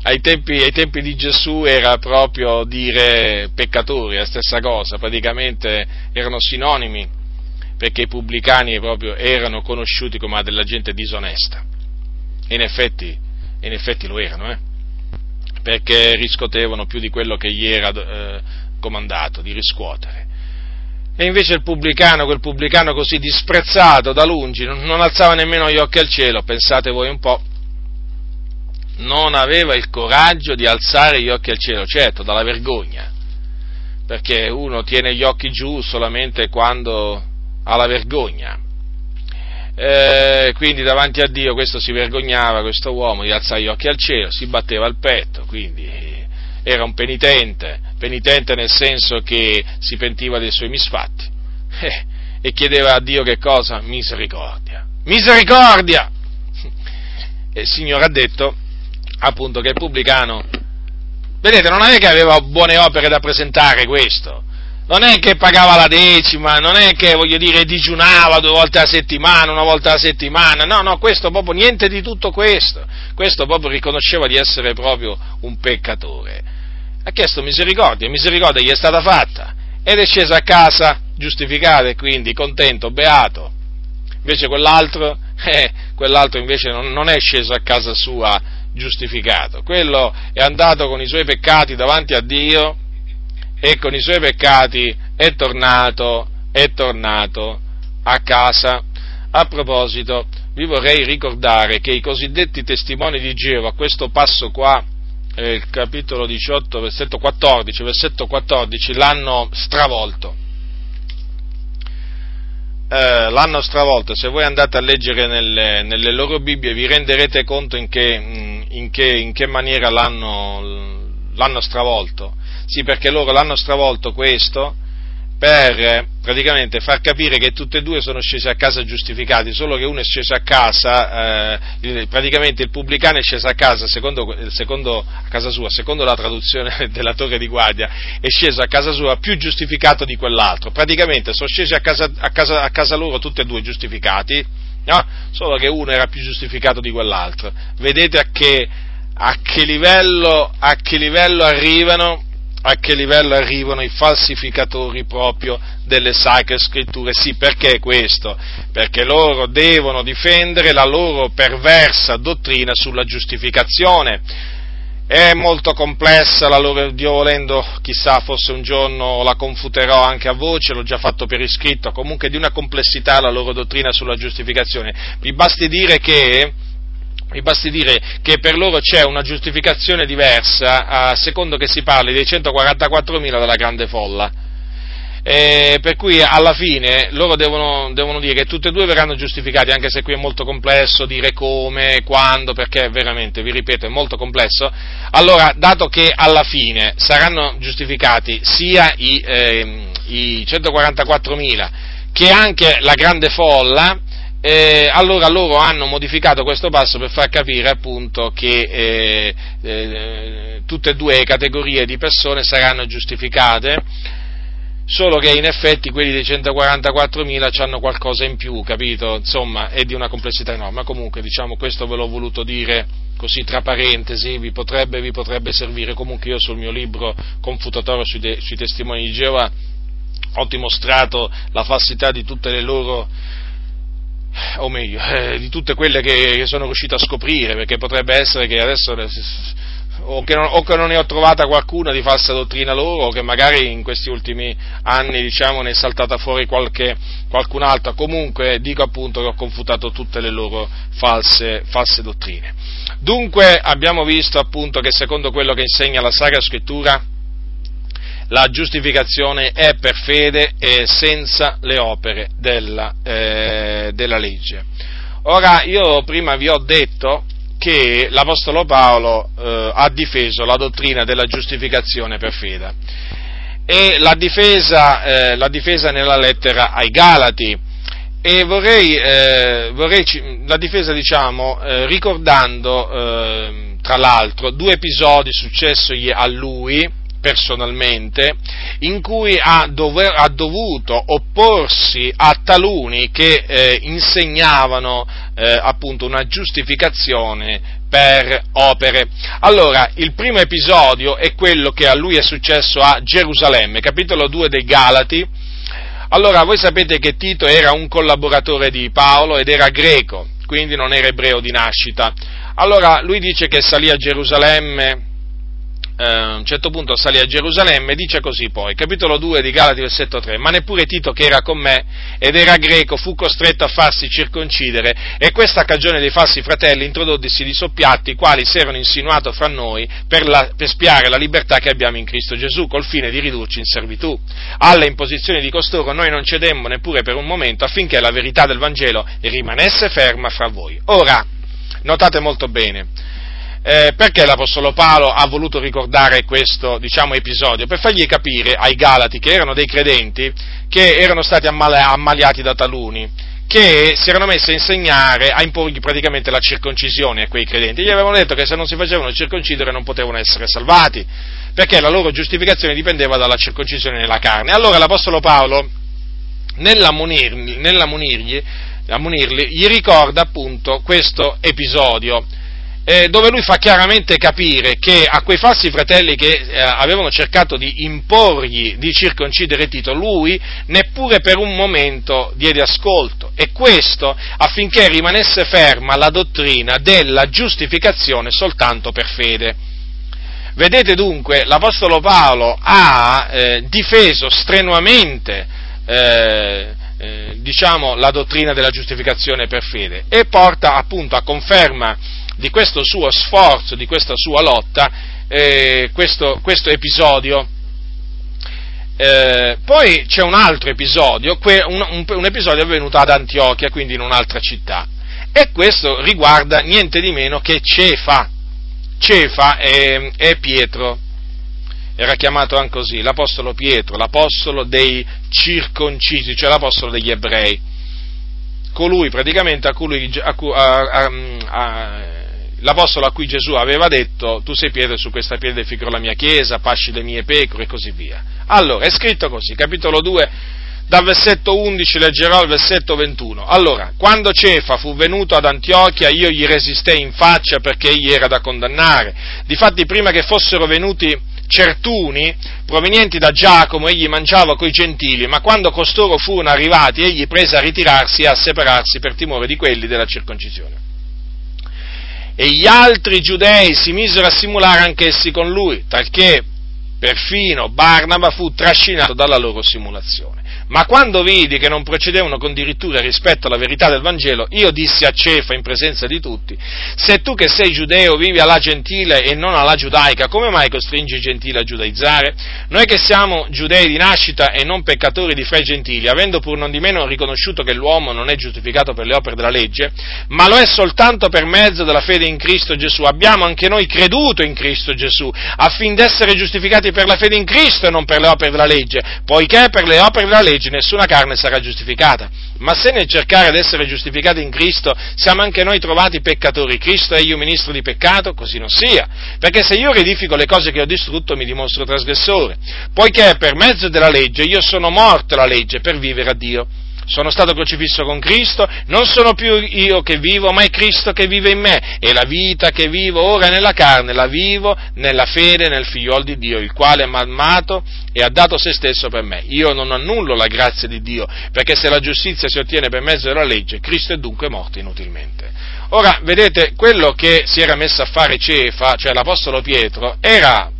ai tempi, ai tempi di Gesù era proprio dire peccatori, la stessa cosa, praticamente erano sinonimi, perché i pubblicani proprio erano conosciuti come della gente disonesta, e in effetti, in effetti lo erano, eh? Perché riscuotevano più di quello che gli era eh, comandato di riscuotere. E invece il pubblicano, quel pubblicano così disprezzato da lungi, non, non alzava nemmeno gli occhi al cielo, pensate voi un po', non aveva il coraggio di alzare gli occhi al cielo, certo, dalla vergogna, perché uno tiene gli occhi giù solamente quando ha la vergogna. Eh, quindi davanti a Dio questo si vergognava, questo uomo, di alzare gli occhi al cielo, si batteva al petto, quindi era un penitente, penitente nel senso che si pentiva dei suoi misfatti eh, e chiedeva a Dio che cosa? Misericordia, misericordia! E il Signore ha detto appunto che il pubblicano, vedete, non è che aveva buone opere da presentare questo, non è che pagava la decima, non è che, voglio dire, digiunava due volte a settimana, una volta a settimana, no, no, questo proprio, niente di tutto questo, questo proprio riconosceva di essere proprio un peccatore. Ha chiesto misericordia, misericordia gli è stata fatta, ed è sceso a casa giustificato e quindi contento, beato. Invece quell'altro, eh, quell'altro invece non, non è sceso a casa sua giustificato, quello è andato con i suoi peccati davanti a Dio, e con i suoi peccati è tornato, è tornato a casa. A proposito, vi vorrei ricordare che i cosiddetti testimoni di Geova, a questo passo qua, eh, il capitolo diciotto, versetto quattordici, versetto quattordici, l'hanno stravolto. Eh, l'hanno stravolto. Se voi andate a leggere nelle, nelle loro Bibbie vi renderete conto in che, in che, in che maniera l'hanno, l'hanno stravolto. Sì, perché loro l'hanno stravolto questo per praticamente far capire che tutti e due sono scesi a casa giustificati, solo che uno è sceso a casa, eh, praticamente il pubblicano è sceso a casa, secondo, secondo a casa sua, secondo la traduzione della Torre di Guardia, è sceso a casa sua più giustificato di quell'altro, praticamente sono scesi a casa, a casa, a casa loro tutti e due giustificati, no? Solo che uno era più giustificato di quell'altro. Vedete a che, a che livello, a che livello arrivano? A che livello arrivano i falsificatori proprio delle sacre scritture? Sì, perché questo? Perché loro devono difendere la loro perversa dottrina sulla giustificazione. È molto complessa la loro, Dio volendo, chissà, forse un giorno la confuterò anche a voce, l'ho già fatto per iscritto, comunque di una complessità la loro dottrina sulla giustificazione. Vi basti dire che Mi basti dire che per loro c'è una giustificazione diversa a secondo che si parli dei centoquarantaquattromila della grande folla, e per cui alla fine loro devono, devono dire che tutti e due verranno giustificati, anche se qui è molto complesso dire come, quando, perché veramente, vi ripeto, è molto complesso. Allora, dato che alla fine saranno giustificati sia i, eh, i centoquarantaquattromila che anche la grande folla, Eh, allora loro hanno modificato questo passo per far capire appunto che eh, eh, tutte e due le categorie di persone saranno giustificate, solo che in effetti quelli dei centoquarantaquattromila hanno qualcosa in più, capito? Insomma, è di una complessità enorme, ma comunque, diciamo, questo ve l'ho voluto dire così tra parentesi, vi potrebbe, vi potrebbe servire. Comunque io sul mio libro Confutatorio sui, de, sui testimoni di Geova ho dimostrato la falsità di tutte le loro, o meglio, eh, di tutte quelle che, che sono riuscito a scoprire, perché potrebbe essere che adesso o che, non, o che non ne ho trovata qualcuna di falsa dottrina loro, o che magari in questi ultimi anni, diciamo, ne è saltata fuori qualche, qualcun'altra. Comunque dico appunto che ho confutato tutte le loro false, false dottrine. Dunque abbiamo visto appunto che secondo quello che insegna la Sacra Scrittura la giustificazione è per fede e senza le opere della, eh, della legge. Ora, io prima vi ho detto che l'Apostolo Paolo eh, ha difeso la dottrina della giustificazione per fede e l'ha difesa, eh, l'ha difesa nella lettera ai Galati, e vorrei, eh, vorrei la difesa, diciamo, eh, ricordando eh, tra l'altro due episodi successi a lui personalmente, in cui ha, dover, ha dovuto opporsi a taluni che eh, insegnavano eh, appunto una giustificazione per opere. Allora, il primo episodio è quello che a lui è successo a Gerusalemme, capitolo due dei Galati. Allora, voi sapete che Tito era un collaboratore di Paolo ed era greco, quindi non era ebreo di nascita. Allora, lui dice che salì a Gerusalemme, eh, a un certo punto salì a Gerusalemme, dice così poi, capitolo due di Galati, versetto tre, ma neppure Tito che era con me ed era greco fu costretto a farsi circoncidere, e questa a cagione dei falsi fratelli introdottisi di soppiatti, i quali si erano insinuato fra noi per, la, per spiare la libertà che abbiamo in Cristo Gesù, col fine di ridurci in servitù. Alle imposizioni di costoro noi non cedemmo neppure per un momento, affinché la verità del Vangelo rimanesse ferma fra voi. Ora, notate molto bene, eh, perché l'Apostolo Paolo ha voluto ricordare questo, diciamo, episodio? Per fargli capire ai Galati, che erano dei credenti, che erano stati ammaliati da taluni, che si erano messi a insegnare, a imporgli praticamente la circoncisione a quei credenti. Gli avevano detto che se non si facevano circoncidere non potevano essere salvati, perché la loro giustificazione dipendeva dalla circoncisione nella carne. Allora l'Apostolo Paolo, nell'ammonirli, nell'ammonirgli, ammonirli, gli ricorda appunto questo episodio, eh, dove lui fa chiaramente capire che a quei falsi fratelli che eh, avevano cercato di imporgli di circoncidere Tito, lui neppure per un momento diede ascolto, e questo affinché rimanesse ferma la dottrina della giustificazione soltanto per fede. Vedete dunque, l'Apostolo Paolo ha eh, difeso strenuamente eh, eh, diciamo la dottrina della giustificazione per fede, e porta appunto a conferma di questo suo sforzo, di questa sua lotta, eh, questo, questo episodio. Eh, poi c'è un altro episodio, un, un, un episodio avvenuto ad Antiochia, quindi in un'altra città, e questo riguarda niente di meno che Cefa. Cefa è, è Pietro, era chiamato anche così, l'apostolo Pietro, l'apostolo dei circoncisi, cioè l'apostolo degli ebrei, colui praticamente a cui, a, a, a, a, l'apostolo a cui Gesù aveva detto: tu sei Pietro, su questa pietra edificherò la mia chiesa, pasci le mie pecore, e così via. Allora, è scritto così, capitolo due, dal versetto undici leggerò al versetto ventuno. Allora, quando Cefa fu venuto ad Antiochia, io gli resistei in faccia perché egli era da condannare. Difatti, prima che fossero venuti certuni provenienti da Giacomo, egli mangiava coi gentili, ma quando costoro furono arrivati, egli prese a ritirarsi e a separarsi per timore di quelli della circoncisione. E gli altri giudei si misero a simulare anch'essi con lui, talché perfino Barnaba fu trascinato dalla loro simulazione. Ma quando vidi che non procedevano con dirittura rispetto alla verità del Vangelo, io dissi a Cefa in presenza di tutti: se tu che sei giudeo vivi alla gentile e non alla giudaica, come mai costringi i gentili a giudaizzare? Noi che siamo giudei di nascita e non peccatori di fra i gentili, avendo pur non di meno riconosciuto che l'uomo non è giustificato per le opere della legge, ma lo è soltanto per mezzo della fede in Cristo Gesù, abbiamo anche noi creduto in Cristo Gesù, affin d'essere giustificati per la fede in Cristo e non per le opere della legge, poiché per le opere della legge nessuna carne sarà giustificata. Ma se nel cercare di essere giustificati in Cristo siamo anche noi trovati peccatori, Cristo è io ministro di peccato? Così non sia, perché se io riedifico le cose che ho distrutto mi dimostro trasgressore, poiché per mezzo della legge io sono morto alla legge per vivere a Dio. Sono stato crocifisso con Cristo, non sono più io che vivo, ma è Cristo che vive in me, e la vita che vivo ora nella carne la vivo nella fede nel Figliuolo di Dio, il quale mi ha amato e ha dato se stesso per me. Io non annullo la grazia di Dio, perché se la giustizia si ottiene per mezzo della legge, Cristo è dunque morto inutilmente. Ora, vedete, quello che si era messo a fare Cefa, cioè l'apostolo Pietro, era,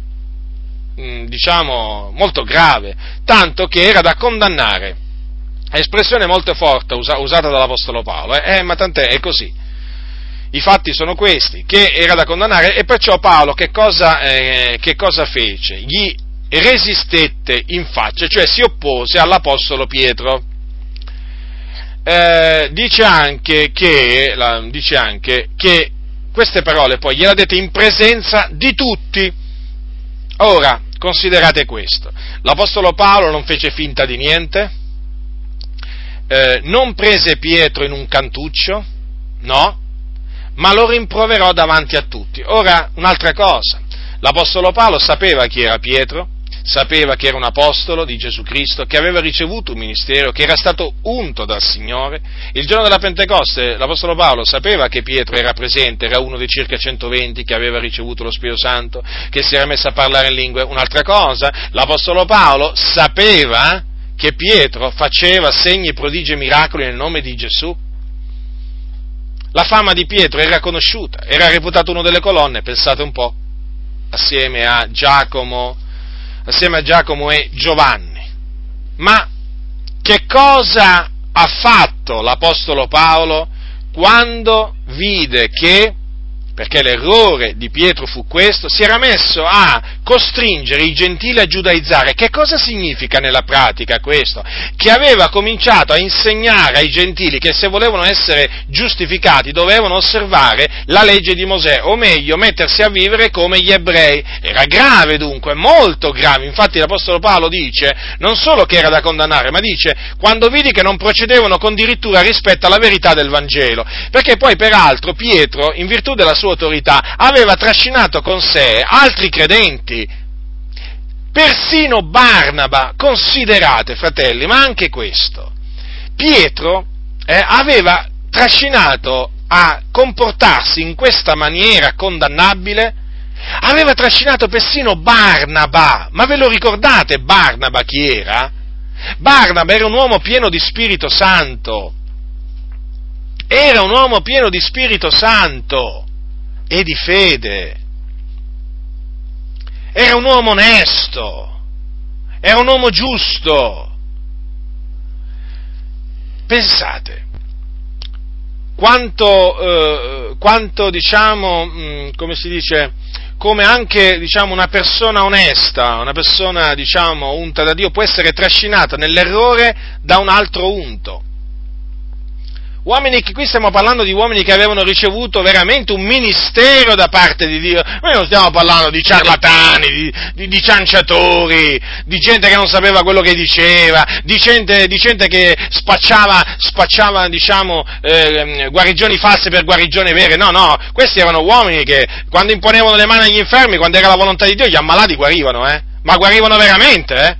diciamo, molto grave, tanto che era da condannare. Espressione molto forte usata dall'Apostolo Paolo, eh? eh, ma tant'è, è così. I fatti sono questi, che era da condannare, e perciò Paolo che cosa, eh, che cosa fece? Gli resistette in faccia, cioè si oppose all'Apostolo Pietro. Eh, dice anche che, la, dice anche che queste parole poi gliele ha dette in presenza di tutti. Ora, considerate questo, l'Apostolo Paolo non fece finta di niente, Eh, non prese Pietro in un cantuccio, no, ma lo rimproverò davanti a tutti. Ora, un'altra cosa, l'Apostolo Paolo sapeva chi era Pietro, sapeva che era un apostolo di Gesù Cristo, che aveva ricevuto un ministero, che era stato unto dal Signore. Il giorno della Pentecoste l'apostolo Paolo sapeva che Pietro era presente, era uno dei circa centoventi che aveva ricevuto lo Spirito Santo, che si era messo a parlare in lingue. Un'altra cosa, l'apostolo Paolo sapeva che Pietro faceva segni, prodigi e miracoli nel nome di Gesù. La fama di Pietro era conosciuta, era reputato uno delle colonne, pensate un po', assieme a Giacomo, assieme a Giacomo e Giovanni. Ma che cosa ha fatto l'apostolo Paolo quando vide che, perché l'errore di Pietro fu questo, si era messo a costringere i gentili a giudaizzare? Che cosa significa nella pratica questo? Che aveva cominciato a insegnare ai gentili che se volevano essere giustificati dovevano osservare la legge di Mosè, o meglio, mettersi a vivere come gli ebrei. Era grave dunque, molto grave. Infatti l'apostolo Paolo dice, non solo che era da condannare, ma dice, quando vidi che non procedevano con dirittura rispetto alla verità del Vangelo, perché poi peraltro Pietro, in virtù della sua autorità, aveva trascinato con sé altri credenti, persino Barnaba. Considerate, fratelli, ma anche questo, Pietro eh, aveva trascinato a comportarsi in questa maniera condannabile, aveva trascinato persino Barnaba. Ma ve lo ricordate Barnaba chi era? Barnaba era un uomo pieno di Spirito Santo, era un uomo pieno di Spirito Santo e di fede, era un uomo onesto, era un uomo giusto. Pensate quanto, eh, quanto diciamo, mh, come si dice, come anche diciamo una persona onesta, una persona diciamo unta da Dio può essere trascinata nell'errore da un altro unto. Uomini che qui stiamo parlando di uomini che avevano ricevuto veramente un ministero da parte di Dio. Noi non stiamo parlando di ciarlatani, di, di, di cianciatori, di gente che non sapeva quello che diceva, di gente, di gente che spacciava, spacciava diciamo, eh, guarigioni false per guarigioni vere. No, no, questi erano uomini che quando imponevano le mani agli infermi, quando era la volontà di Dio, gli ammalati guarivano, eh? Ma guarivano veramente, eh?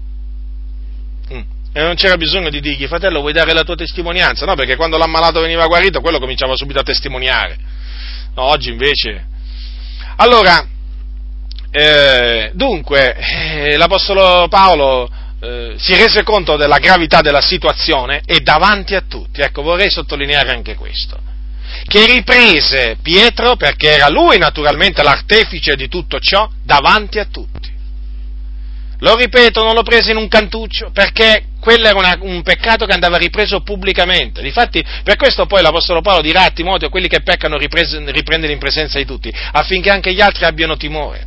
E non c'era bisogno di dirgli, fratello, vuoi dare la tua testimonianza? No, perché quando l'ammalato veniva guarito, quello cominciava subito a testimoniare. No, oggi invece... Allora, eh, dunque, eh, l'apostolo Paolo eh, si rese conto della gravità della situazione e davanti a tutti, ecco, vorrei sottolineare anche questo, che riprese Pietro, perché era lui naturalmente l'artefice di tutto ciò, davanti a tutti. Lo ripeto, non lo prese in un cantuccio, perché quello era una, un peccato che andava ripreso pubblicamente. Difatti, per questo poi l'apostolo Paolo dirà a Timoteo, quelli che peccano riprese, riprendere in presenza di tutti, affinché anche gli altri abbiano timore.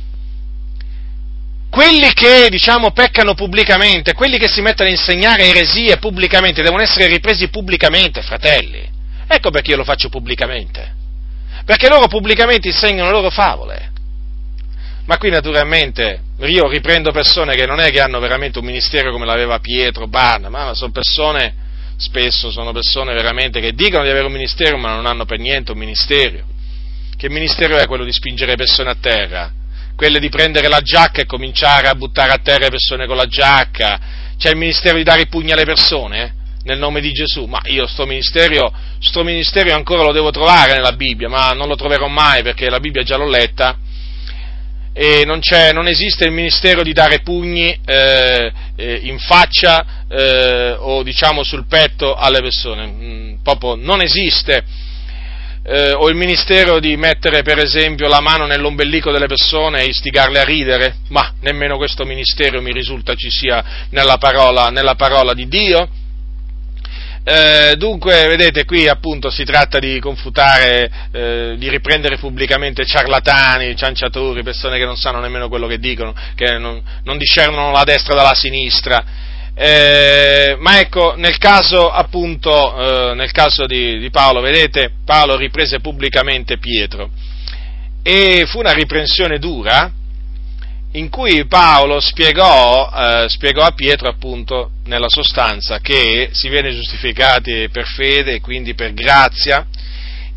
Quelli che, diciamo, peccano pubblicamente, quelli che si mettono a insegnare eresie pubblicamente, devono essere ripresi pubblicamente, fratelli. Ecco perché io lo faccio pubblicamente. Perché loro pubblicamente insegnano le loro favole. Ma qui naturalmente io riprendo persone che non è che hanno veramente un ministero come l'aveva Pietro, Barnaba, ma sono persone, spesso sono persone veramente che dicono di avere un ministero ma non hanno per niente un ministero. Che ministero è quello di spingere persone a terra? Quello di prendere la giacca e cominciare a buttare a terra le persone con la giacca? C'è il ministero di dare i pugni alle persone, eh? Nel nome di Gesù? Ma io sto ministero, sto ministero ancora lo devo trovare nella Bibbia, ma non lo troverò mai perché la Bibbia già l'ho letta. E non, c'è, non esiste il ministero di dare pugni eh, eh, in faccia eh, o diciamo sul petto alle persone, mm, proprio non esiste, eh, o il ministero di mettere per esempio la mano nell'ombelico delle persone e istigarle a ridere, ma nemmeno questo ministero mi risulta ci sia nella parola, nella parola di Dio. Eh, dunque, vedete, qui appunto si tratta di confutare, eh, di riprendere pubblicamente ciarlatani, cianciatori, persone che non sanno nemmeno quello che dicono, che non, non discernono la destra dalla sinistra. Eh, ma ecco, nel caso appunto, eh, nel caso di, di Paolo, vedete, Paolo riprese pubblicamente Pietro e fu una riprensione dura, in cui Paolo spiegò, eh, spiegò a Pietro appunto nella sostanza che si viene giustificati per fede e quindi per grazia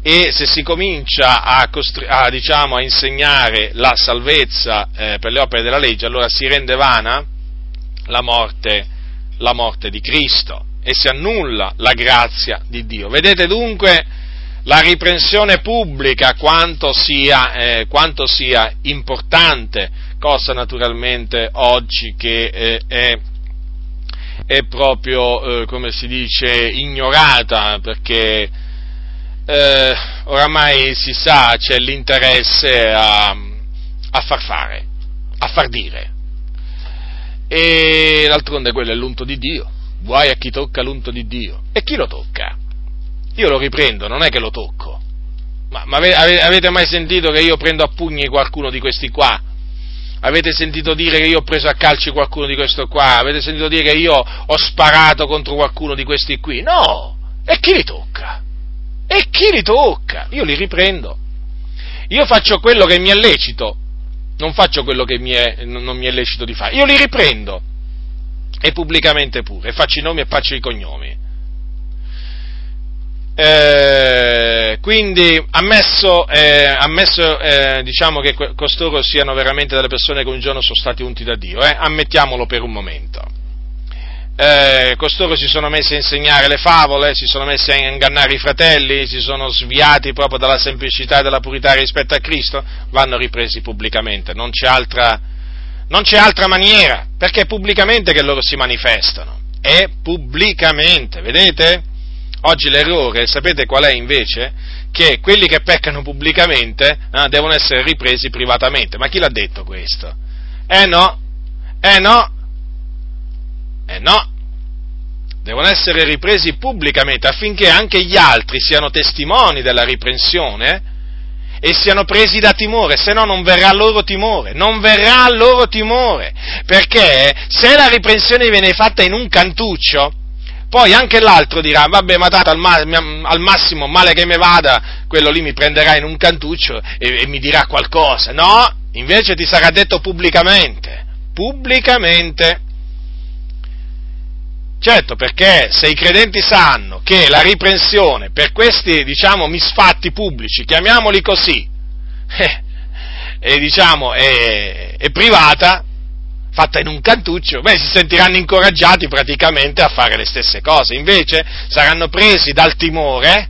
e se si comincia a, costri- a, diciamo, a insegnare la salvezza eh, per le opere della legge, allora si rende vana la morte, la morte di Cristo e si annulla la grazia di Dio. Vedete dunque la riprensione pubblica quanto sia, eh, quanto sia importante, cosa naturalmente oggi che eh, è, è proprio, eh, come si dice, ignorata, perché eh, oramai si sa, c'è l'interesse a, a far fare, a far dire, e d'altronde quello è l'unto di Dio, guai a chi tocca l'unto di Dio, e chi lo tocca? Io lo riprendo, non è che lo tocco, ma, ma avete mai sentito che io prendo a pugni qualcuno di questi qua? Avete sentito dire che io ho preso a calci qualcuno di questo qua? Avete sentito dire che io ho sparato contro qualcuno di questi qui? No! E chi li tocca? E chi li tocca? Io li riprendo. Io faccio quello che mi è lecito, non faccio quello che mi è, non mi è lecito di fare. Io li riprendo, e pubblicamente pure, e faccio i nomi e faccio i cognomi. Eh, quindi ammesso, eh, ammesso eh, diciamo che costoro siano veramente delle persone che un giorno sono stati unti da Dio, eh, ammettiamolo per un momento. Eh, costoro si sono messi a insegnare le favole, si sono messi a ingannare i fratelli, si sono sviati proprio dalla semplicità e dalla purità rispetto a Cristo, vanno ripresi pubblicamente, non c'è altra, non c'è altra maniera, perché è pubblicamente che loro si manifestano, è pubblicamente, vedete? Oggi l'errore, sapete qual è invece? Che quelli che peccano pubblicamente eh, devono essere ripresi privatamente. Ma chi l'ha detto questo? Eh no, eh no, eh no, devono essere ripresi pubblicamente affinché anche gli altri siano testimoni della riprensione e siano presi da timore, se no non verrà loro timore, non verrà loro timore, perché se la riprensione viene fatta in un cantuccio, poi anche l'altro dirà, vabbè, ma tanto al, ma- al massimo, male che me vada, quello lì mi prenderà in un cantuccio e, e mi dirà qualcosa. No, invece ti sarà detto pubblicamente, pubblicamente. Certo, perché se i credenti sanno che la riprensione per questi, diciamo, misfatti pubblici, chiamiamoli così, eh, e diciamo, è, è privata, fatta in un cantuccio, beh, si sentiranno incoraggiati praticamente a fare le stesse cose, invece saranno presi dal timore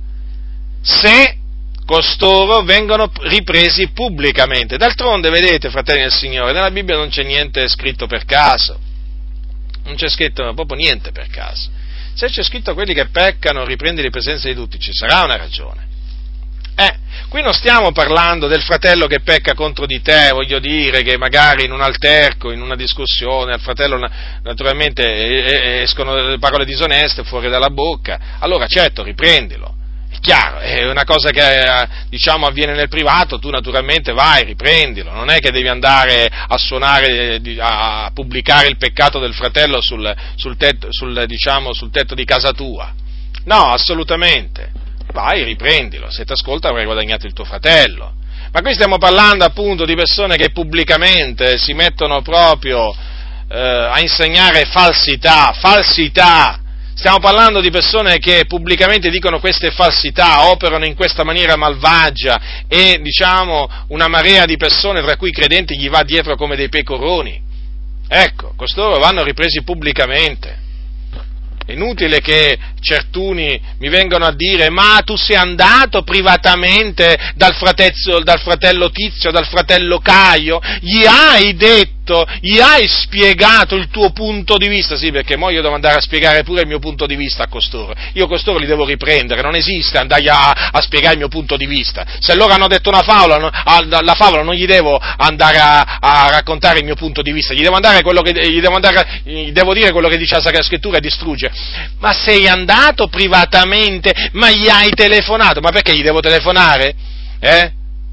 se costoro vengono ripresi pubblicamente. D'altronde, vedete, fratelli del Signore, nella Bibbia non c'è niente scritto per caso, non c'è scritto proprio niente per caso. Se c'è scritto quelli che peccano, riprendi in presenza di tutti, ci sarà una ragione. Eh, qui non stiamo parlando del fratello che pecca contro di te, voglio dire, che magari in un alterco, in una discussione, al fratello naturalmente escono parole disoneste fuori dalla bocca, allora certo, riprendilo, è chiaro, è una cosa che diciamo avviene nel privato, tu naturalmente vai, riprendilo, non è che devi andare a suonare, a pubblicare il peccato del fratello sul, sul, tetto, sul, diciamo, sul tetto di casa tua, no, assolutamente. Vai, riprendilo, se ti ascolta avrai guadagnato il tuo fratello. Ma qui stiamo parlando appunto di persone che pubblicamente si mettono proprio eh, a insegnare falsità, falsità. Stiamo parlando di persone che pubblicamente dicono queste falsità, operano in questa maniera malvagia e, diciamo, una marea di persone, tra cui i credenti, gli va dietro come dei pecoroni. Ecco, costoro vanno ripresi pubblicamente. È inutile che certuni mi vengano a dire, ma tu sei andato privatamente dal fratello, dal fratello Tizio, dal fratello Caio, gli hai detto, gli hai spiegato il tuo punto di vista, sì, perché mo io devo andare a spiegare pure il mio punto di vista a costoro, io costoro li devo riprendere, non esiste andargli a, a spiegare il mio punto di vista, se loro hanno detto una favola, no, la favola non gli devo andare a, a raccontare il mio punto di vista, gli devo andare quello che, gli devo andare, gli devo dire quello che dice la Sacra Scrittura e distrugge. Ma sei andato privatamente, ma gli hai telefonato, ma perché gli devo telefonare? Eh?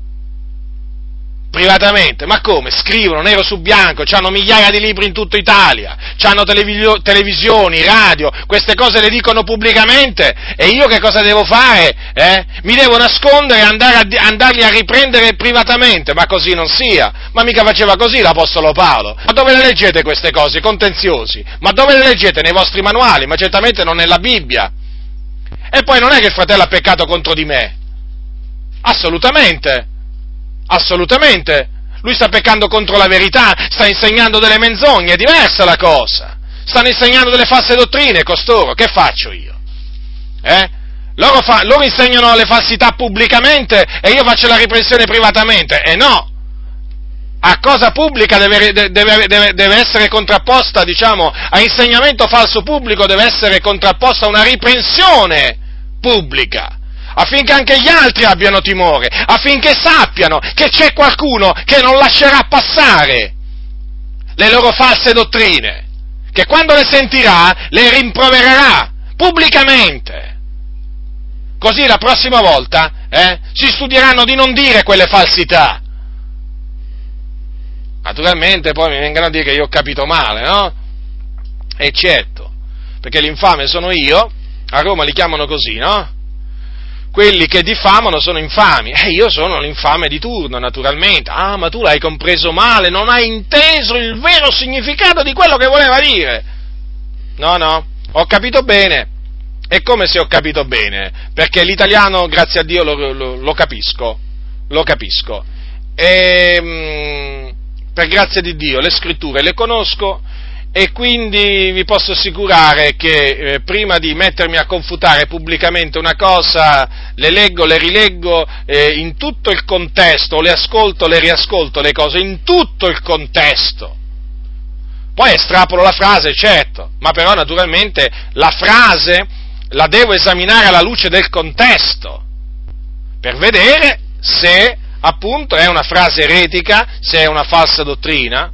Privatamente, ma come? Scrivono nero su bianco, c'hanno migliaia di libri in tutta Italia, c'hanno televisio- televisioni, radio, queste cose le dicono pubblicamente, e io che cosa devo fare? Eh? Mi devo nascondere e andare a, andarli a riprendere privatamente, ma così non sia, ma mica faceva così l'Apostolo Paolo, ma dove le leggete queste cose, contenziosi? Ma dove le leggete? Nei vostri manuali, ma certamente non nella Bibbia. E poi non è che il fratello ha peccato contro di me, Assolutamente, assolutamente. Lui sta peccando contro la verità, sta insegnando delle menzogne, è diversa la cosa. Stanno insegnando delle false dottrine costoro, che faccio io? Eh? Loro, fa, loro insegnano le falsità pubblicamente e io faccio la riprensione privatamente, e no! A cosa pubblica deve, deve, deve, deve essere contrapposta, diciamo, a insegnamento falso pubblico deve essere contrapposta una riprensione pubblica, affinché anche gli altri abbiano timore, affinché sappiano che c'è qualcuno che non lascerà passare le loro false dottrine, che quando le sentirà le rimprovererà pubblicamente. Così la prossima volta eh, si studieranno di non dire quelle falsità. Naturalmente poi mi vengono a dire che io ho capito male, no? E certo, perché l'infame sono io, a Roma li chiamano così, no? Quelli che diffamano sono infami, e io sono l'infame di turno, naturalmente. Ah, ma tu l'hai compreso male, non hai inteso il vero significato di quello che voleva dire. No, no, ho capito bene. È come se ho capito bene, perché l'italiano, grazie a Dio, lo, lo, lo capisco, lo capisco. E, mh, per grazia di Dio, le scritture le conosco, e quindi vi posso assicurare che eh, prima di mettermi a confutare pubblicamente una cosa, le leggo, le rileggo eh, in tutto il contesto, le ascolto, le riascolto le cose in tutto il contesto. Poi estrapolo la frase, certo, ma però naturalmente la frase la devo esaminare alla luce del contesto, per vedere se appunto è una frase eretica, se è una falsa dottrina.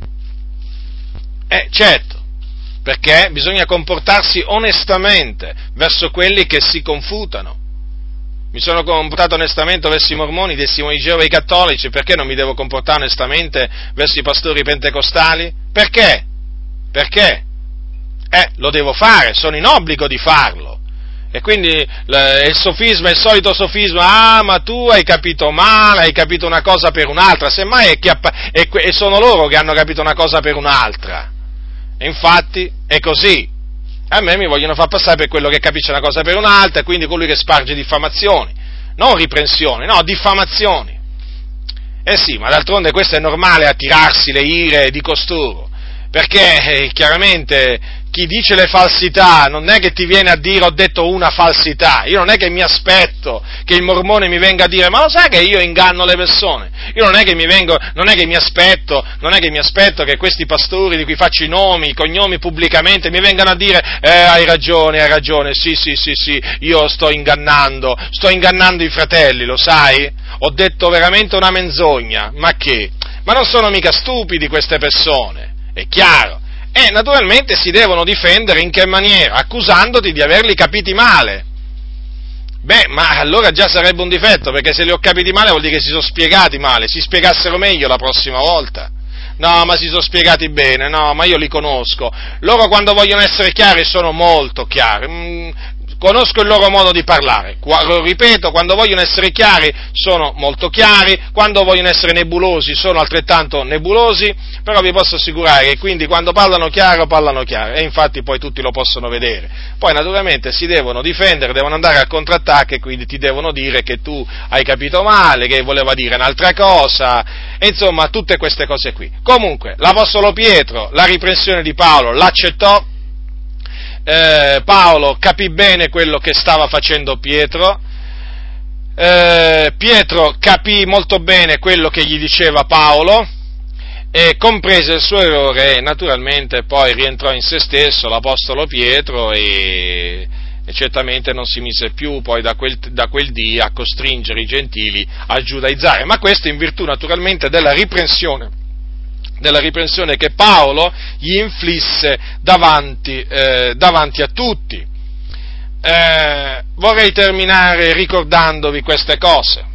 Eh, certo, perché bisogna comportarsi onestamente verso quelli che si confutano. Mi sono comportato onestamente verso i mormoni, i testimoni di Geova e i cattolici, perché non mi devo comportare onestamente verso i pastori pentecostali? Perché? Perché? Eh, lo devo fare, sono in obbligo di farlo. E quindi il sofisma, il solito sofisma, ah, ma tu hai capito male, hai capito una cosa per un'altra, semmai è che, è, e sono loro che hanno capito una cosa per un'altra. E infatti è così. A me mi vogliono far passare per quello che capisce una cosa per un'altra, e quindi colui che sparge diffamazioni, non riprensioni, no, diffamazioni. Eh sì, ma d'altronde questo è normale attirarsi le ire di costoro, perché eh, chiaramente chi dice le falsità non è che ti viene a dire ho detto una falsità. Io non è che mi aspetto che il mormone mi venga a dire ma lo sai che io inganno le persone. Io non è che mi vengo, non è che mi aspetto, non è che mi aspetto che questi pastori di cui faccio i nomi, i cognomi pubblicamente mi vengano a dire eh hai ragione, hai ragione, sì sì sì sì, io sto ingannando, sto ingannando i fratelli, lo sai? Ho detto veramente una menzogna, ma che? Ma non sono mica stupidi queste persone, è chiaro. E naturalmente si devono difendere in che maniera? Accusandoti di averli capiti male. Beh, ma allora già sarebbe un difetto, perché se li ho capiti male vuol dire che si sono spiegati male, si spiegassero meglio la prossima volta. No, ma si sono spiegati bene, no, ma io li conosco. Loro quando vogliono essere chiari sono molto chiari. Mm, conosco il loro modo di parlare, Qua, ripeto, quando vogliono essere chiari sono molto chiari, quando vogliono essere nebulosi sono altrettanto nebulosi, però vi posso assicurare che quindi quando parlano chiaro, parlano chiaro, e infatti poi tutti lo possono vedere. Poi naturalmente si devono difendere, devono andare al contrattacco e quindi ti devono dire che tu hai capito male, che voleva dire un'altra cosa, e insomma tutte queste cose qui. Comunque, l'Apostolo Pietro, la riprensione di Paolo l'accettò. Eh, Paolo capì bene quello che stava facendo Pietro, eh, Pietro capì molto bene quello che gli diceva Paolo e comprese il suo errore e naturalmente poi rientrò in se stesso l'Apostolo Pietro e, e certamente non si mise più poi da quel, da quel dì a costringere i gentili a giudaizzare, ma questo in virtù naturalmente della riprensione della riprensione che Paolo gli inflisse davanti, eh, davanti a tutti. Eh, vorrei terminare ricordandovi queste cose,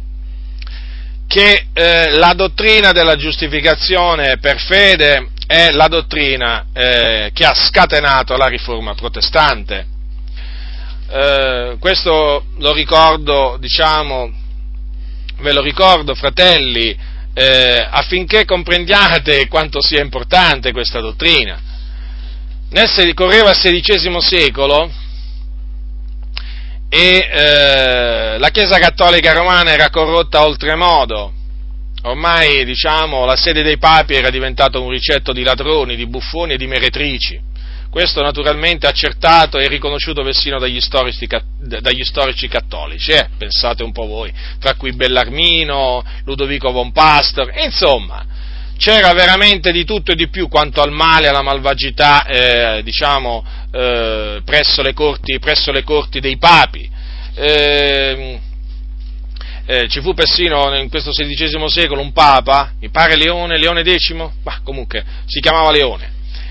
che eh, la dottrina della giustificazione per fede è la dottrina eh, che ha scatenato la riforma protestante. Eh, questo lo ricordo, diciamo, ve lo ricordo, fratelli, Eh, affinché comprendiate quanto sia importante questa dottrina. Nel correva il sedicesimo secolo e eh, la Chiesa Cattolica Romana era corrotta oltremodo. Ormai, diciamo, la sede dei papi era diventata un ricetto di ladroni, di buffoni e di meretrici. Questo naturalmente accertato e riconosciuto persino dagli storici, dagli storici cattolici, eh? Pensate un po' voi, tra cui Bellarmino, Ludovico von Pastor, insomma, c'era veramente di tutto e di più quanto al male e alla malvagità, eh, diciamo, eh, presso le corti, presso le corti dei papi. Eh, Eh, ci fu persino in questo sedicesimo secolo un papa, mi pare Leone, Leone decimo, ma comunque si chiamava Leone,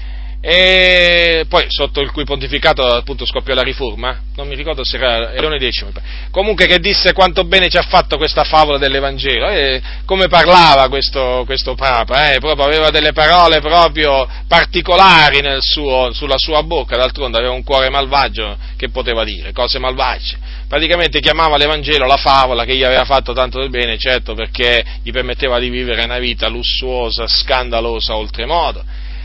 e poi sotto il cui pontificato appunto scoppiò la riforma, non mi ricordo se era Leone decimo, comunque, che disse quanto bene ci ha fatto questa favola dell'Evangelo, e come parlava questo, questo papa, eh, proprio aveva delle parole proprio particolari nel suo, sulla sua bocca, d'altronde aveva un cuore malvagio, che poteva dire, cose malvagie. Praticamente chiamava l'Evangelo la favola che gli aveva fatto tanto del bene, certo, perché gli permetteva di vivere una vita lussuosa, scandalosa oltremodo.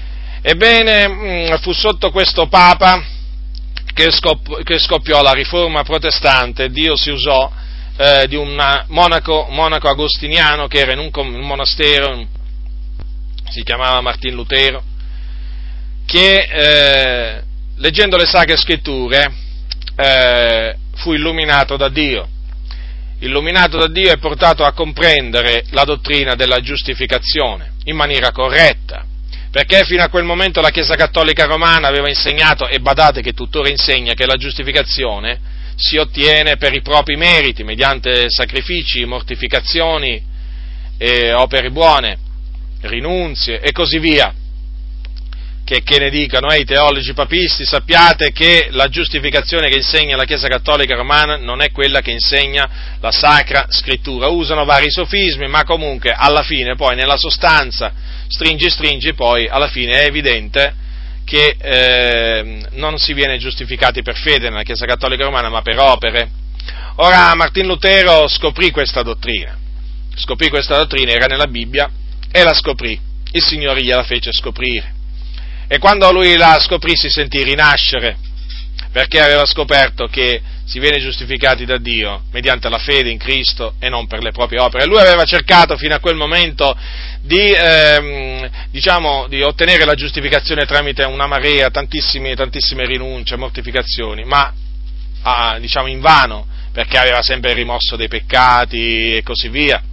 Ebbene, fu sotto questo Papa che, scop- che scoppiò la riforma protestante. Dio si usò eh, di un monaco, monaco agostiniano che era in un, com- un monastero, si chiamava Martin Lutero, che eh, leggendo le Sacre Scritture eh, fu illuminato da Dio, illuminato da Dio e portato a comprendere la dottrina della giustificazione in maniera corretta, perché fino a quel momento la Chiesa Cattolica Romana aveva insegnato, e badate che tuttora insegna, che la giustificazione si ottiene per i propri meriti, mediante sacrifici, mortificazioni, e opere buone, rinunzie e così via. Che, che ne dicano eh, i teologi papisti, sappiate che la giustificazione che insegna la Chiesa Cattolica Romana non è quella che insegna la Sacra Scrittura. Usano vari sofismi, ma comunque alla fine, poi nella sostanza, stringi stringi, poi alla fine è evidente che eh, non si viene giustificati per fede nella Chiesa Cattolica Romana, ma per opere. Ora Martin Lutero scoprì questa dottrina, scoprì questa dottrina, era nella Bibbia, e la scoprì, il Signore gliela fece scoprire. E quando lui la scoprì si sentì rinascere, perché aveva scoperto che si viene giustificati da Dio mediante la fede in Cristo e non per le proprie opere. Lui aveva cercato fino a quel momento di, ehm, diciamo, di ottenere la giustificazione tramite una marea, tantissime, tantissime rinunce, mortificazioni, ma ah, diciamo invano, perché aveva sempre il rimorso dei peccati e così via.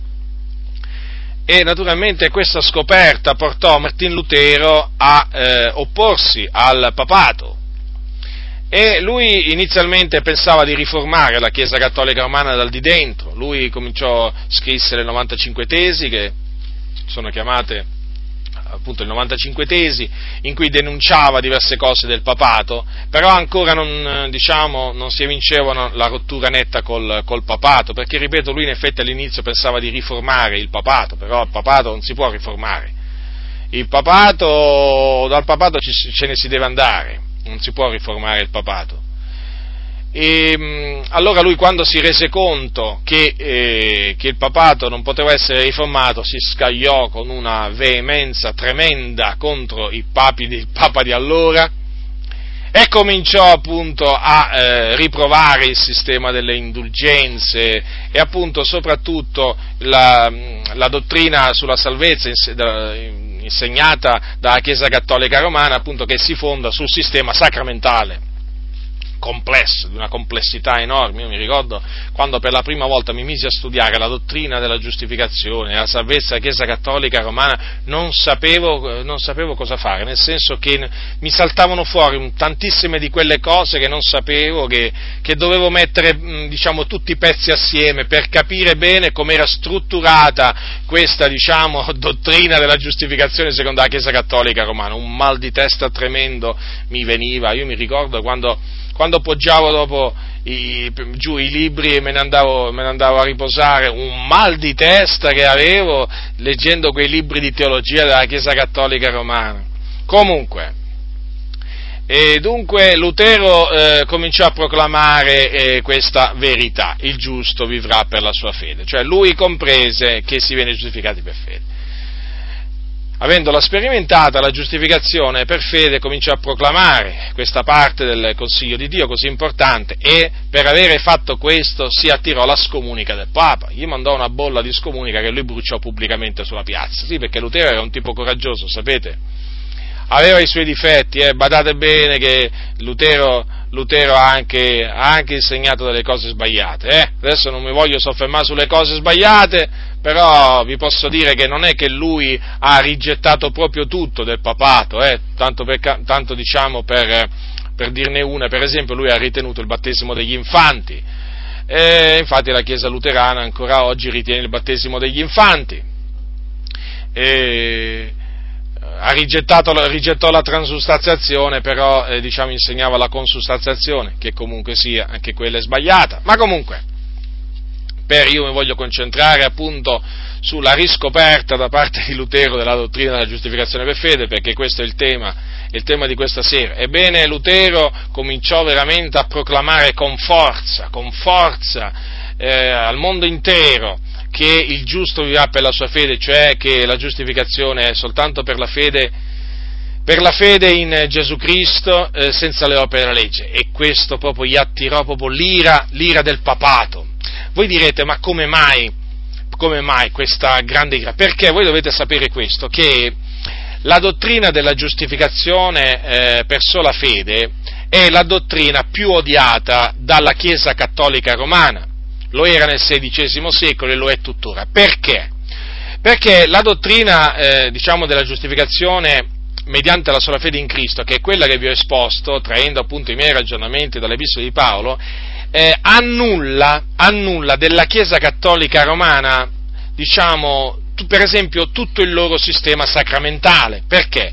E naturalmente questa scoperta portò Martin Lutero a eh, opporsi al papato, e lui inizialmente pensava di riformare la Chiesa Cattolica Romana dal di dentro. Lui cominciò, scrisse le novantacinque tesi, che sono chiamate appunto le novantacinque tesi, in cui denunciava diverse cose del papato, però ancora non, diciamo, non si evincevano la rottura netta col, col papato, perché, ripeto, lui in effetti all'inizio pensava di riformare il papato, però il papato non si può riformare, il papato, dal papato ci, ce ne si deve andare, non si può riformare il papato. E allora lui, quando si rese conto che, eh, che il papato non poteva essere riformato, si scagliò con una veemenza tremenda contro i papi, il papa di allora, e cominciò appunto a eh, riprovare il sistema delle indulgenze e appunto soprattutto la, la dottrina sulla salvezza insegnata dalla Chiesa Cattolica Romana, appunto, che si fonda sul sistema sacramentale complesso, di una complessità enorme. Io mi ricordo quando per la prima volta mi misi a studiare la dottrina della giustificazione, la salvezza della Chiesa Cattolica Romana, non sapevo, non sapevo cosa fare, nel senso che mi saltavano fuori tantissime di quelle cose che non sapevo, che, che dovevo mettere, diciamo, tutti i pezzi assieme per capire bene com'era strutturata questa, diciamo, dottrina della giustificazione secondo la Chiesa Cattolica Romana. Un mal di testa tremendo mi veniva. Io mi ricordo quando Quando poggiavo dopo i, giù i libri e me ne, andavo, me ne andavo a riposare, un mal di testa che avevo leggendo quei libri di teologia della Chiesa Cattolica Romana. Comunque, e dunque Lutero eh, cominciò a proclamare eh, questa verità: il giusto vivrà per la sua fede, cioè lui comprese che si viene giustificati per fede. avendola sperimentata, la giustificazione per fede cominciò a proclamare questa parte del consiglio di Dio così importante, e per avere fatto questo si attirò la scomunica del Papa. Gli mandò una bolla di scomunica che lui bruciò pubblicamente sulla piazza. Sì, perché Lutero era un tipo coraggioso, sapete? Aveva i suoi difetti, eh, badate bene che Lutero, Lutero ha, anche, ha anche insegnato delle cose sbagliate, eh. Adesso non mi voglio soffermare sulle cose sbagliate, però vi posso dire che non è che lui ha rigettato proprio tutto del papato, eh, tanto, per, tanto diciamo per, per dirne una, per esempio lui ha ritenuto il battesimo degli infanti, e infatti la Chiesa luterana ancora oggi ritiene il battesimo degli infanti, e ha rigettato, rigettò la transustanziazione, però eh, diciamo insegnava la consustanziazione, che comunque sia, anche quella è sbagliata, ma comunque per io mi voglio concentrare appunto sulla riscoperta da parte di Lutero della dottrina della giustificazione per fede, perché questo è il tema, il tema di questa sera. Ebbene, Lutero cominciò veramente a proclamare con forza, con forza eh, al mondo intero che il giusto vivrà per la sua fede, cioè che la giustificazione è soltanto per la fede, per la fede in Gesù Cristo, eh, senza le opere della legge, e questo proprio gli attirò proprio l'ira, l'ira del papato. Voi direte, ma come mai, come mai questa grande ira? Perché voi dovete sapere questo, che la dottrina della giustificazione eh, per sola fede è la dottrina più odiata dalla Chiesa cattolica romana. Lo era nel sedicesimo secolo e lo è tuttora. Perché? Perché la dottrina, eh, diciamo, della giustificazione mediante la sola fede in Cristo, che è quella che vi ho esposto, traendo appunto i miei ragionamenti dall'Epistola di Paolo, eh, annulla, annulla della Chiesa cattolica romana, diciamo, tu, per esempio, tutto il loro sistema sacramentale. Perché?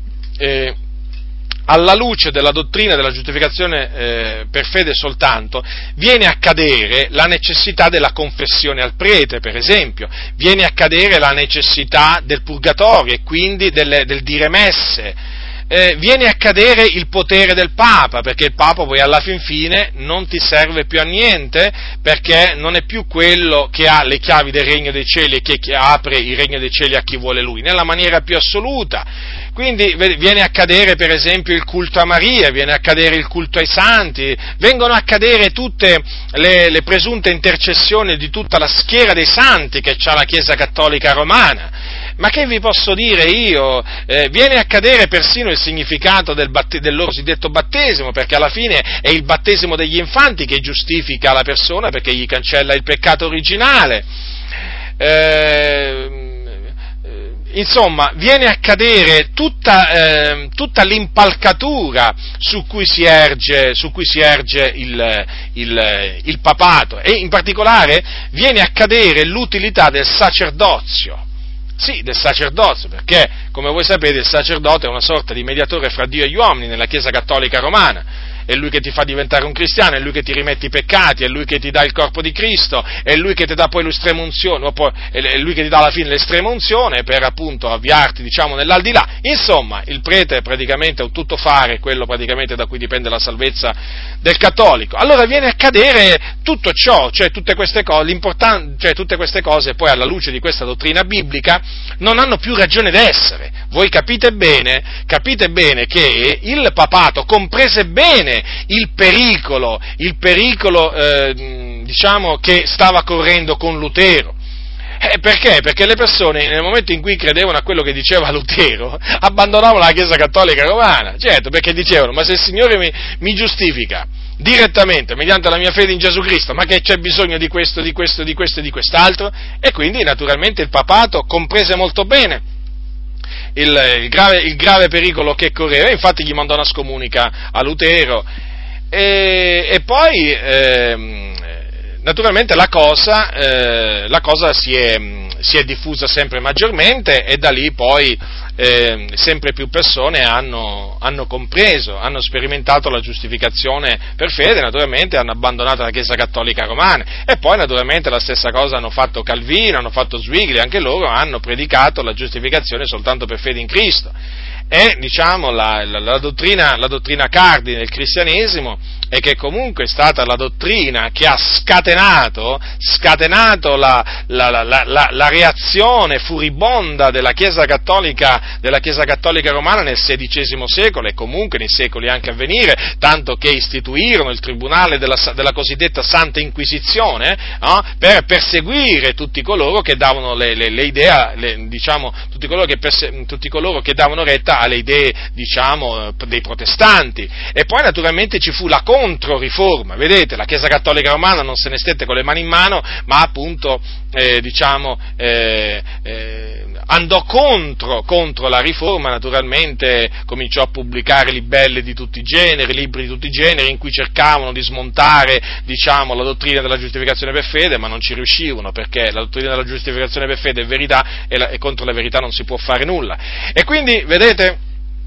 Eh, alla luce della dottrina della giustificazione eh, per fede soltanto, viene a cadere la necessità della confessione al prete, per esempio, viene a cadere la necessità del purgatorio e quindi del, del dire messe, eh, viene a cadere il potere del Papa, perché il Papa poi alla fin fine non ti serve più a niente, perché non è più quello che ha le chiavi del regno dei cieli e che apre il regno dei cieli a chi vuole lui, nella maniera più assoluta. Quindi viene a cadere per esempio il culto a Maria, viene a cadere il culto ai santi, vengono a cadere tutte le, le presunte intercessioni di tutta la schiera dei santi che c'ha la Chiesa cattolica romana. Ma che vi posso dire io? Eh, viene a cadere persino il significato del, batte- del loro cosiddetto battesimo, perché alla fine è il battesimo degli infanti che giustifica la persona, perché gli cancella il peccato originale. Eh, Insomma, viene a cadere tutta, eh, tutta l'impalcatura su cui si erge, su cui si erge il, il, il papato, e in particolare viene a cadere l'utilità del sacerdozio. Sì, del sacerdozio, perché, come voi sapete, il sacerdote è una sorta di mediatore fra Dio e gli uomini nella Chiesa cattolica romana. È lui che ti fa diventare un cristiano, è lui che ti rimette i peccati, è lui che ti dà il corpo di Cristo, è lui che ti dà poi l'estrema unzione, o poi è lui che ti dà alla fine l'estrema unzione per appunto avviarti, diciamo, nell'aldilà. Insomma, il prete praticamente è un tuttofare, quello praticamente da cui dipende la salvezza del cattolico. Allora viene a cadere tutto ciò, cioè tutte queste cose, l'importan- cioè tutte queste cose poi alla luce di questa dottrina biblica non hanno più ragione d'essere. Voi capite bene, capite bene che il papato comprese bene il pericolo, il pericolo eh, diciamo che stava correndo con Lutero. Eh, perché? Perché le persone nel momento in cui credevano a quello che diceva Lutero abbandonavano la Chiesa cattolica romana, certo, perché dicevano: ma se il Signore mi, mi giustifica direttamente mediante la mia fede in Gesù Cristo, ma che c'è bisogno di questo, di questo, di questo e di quest'altro? E quindi naturalmente il papato comprese molto bene Il, il, grave, il grave pericolo che correva, infatti gli mandò una scomunica a Lutero, e, e poi eh, naturalmente la cosa, eh, la cosa si, è, si è diffusa sempre maggiormente, e da lì poi eh, sempre più persone hanno, hanno compreso, hanno sperimentato la giustificazione per fede, naturalmente hanno abbandonato la Chiesa cattolica romana, e poi naturalmente la stessa cosa hanno fatto Calvino, hanno fatto Zwingli, anche loro hanno predicato la giustificazione soltanto per fede in Cristo. è, diciamo, la, la, la, dottrina, la dottrina cardine del cristianesimo, e che comunque è stata la dottrina che ha scatenato, scatenato la, la, la, la, la reazione furibonda della Chiesa Cattolica, della Chiesa Cattolica Romana nel sedicesimo secolo e comunque nei secoli anche a venire, tanto che istituirono il tribunale della, della cosiddetta Santa Inquisizione, no? Per perseguire tutti coloro che davano le, le, le idee, le, diciamo, tutti coloro, che perse, tutti coloro che davano retta alle idee, diciamo, dei protestanti. E poi naturalmente ci fu la controriforma, vedete, la Chiesa Cattolica Romana non se ne stette con le mani in mano, ma appunto, eh, diciamo, eh, eh, andò contro, contro la riforma, naturalmente cominciò a pubblicare libelle di tutti i generi, libri di tutti i generi, in cui cercavano di smontare, diciamo, la dottrina della giustificazione per fede, ma non ci riuscivano, perché la dottrina della giustificazione per fede è verità e, la, e contro la verità non si può fare nulla. E quindi, vedete,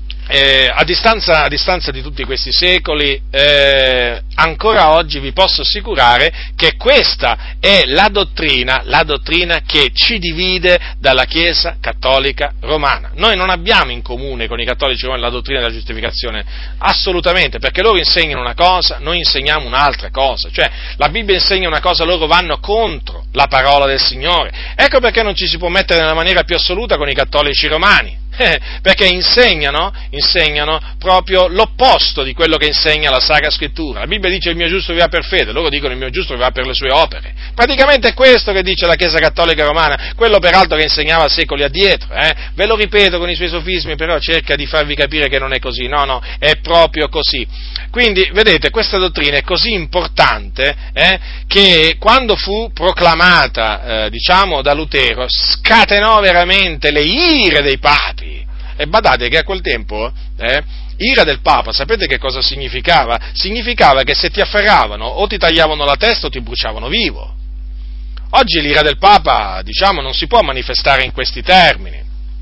Eh, a, distanza, a distanza di tutti questi secoli, eh, ancora oggi vi posso assicurare che questa è la dottrina, la dottrina che ci divide dalla Chiesa Cattolica Romana. Noi non abbiamo in comune con i cattolici romani la dottrina della giustificazione, assolutamente, perché loro insegnano una cosa, noi insegniamo un'altra cosa, cioè la Bibbia insegna una cosa, loro vanno contro la parola del Signore. Ecco perché non ci si può mettere nella maniera più assoluta con i cattolici romani. Eh, perché insegnano, insegnano proprio l'opposto di quello che insegna la Sacra Scrittura. La Bibbia dice il mio giusto vivrà per fede, loro dicono il mio giusto vivrà per le sue opere. Praticamente è questo che dice la Chiesa Cattolica Romana, quello peraltro che insegnava secoli addietro. Eh? Ve lo ripeto con i suoi sofismi, però cerca di farvi capire che non è così, no, no, è proprio così. Quindi, vedete, questa dottrina è così importante eh, che quando fu proclamata, eh, diciamo, da Lutero, scatenò veramente le ire dei papi. E badate che a quel tempo, eh, ira del Papa, sapete che cosa significava? Significava che se ti afferravano o ti tagliavano la testa o ti bruciavano vivo. Oggi l'ira del Papa, diciamo, non si può manifestare in questi termini.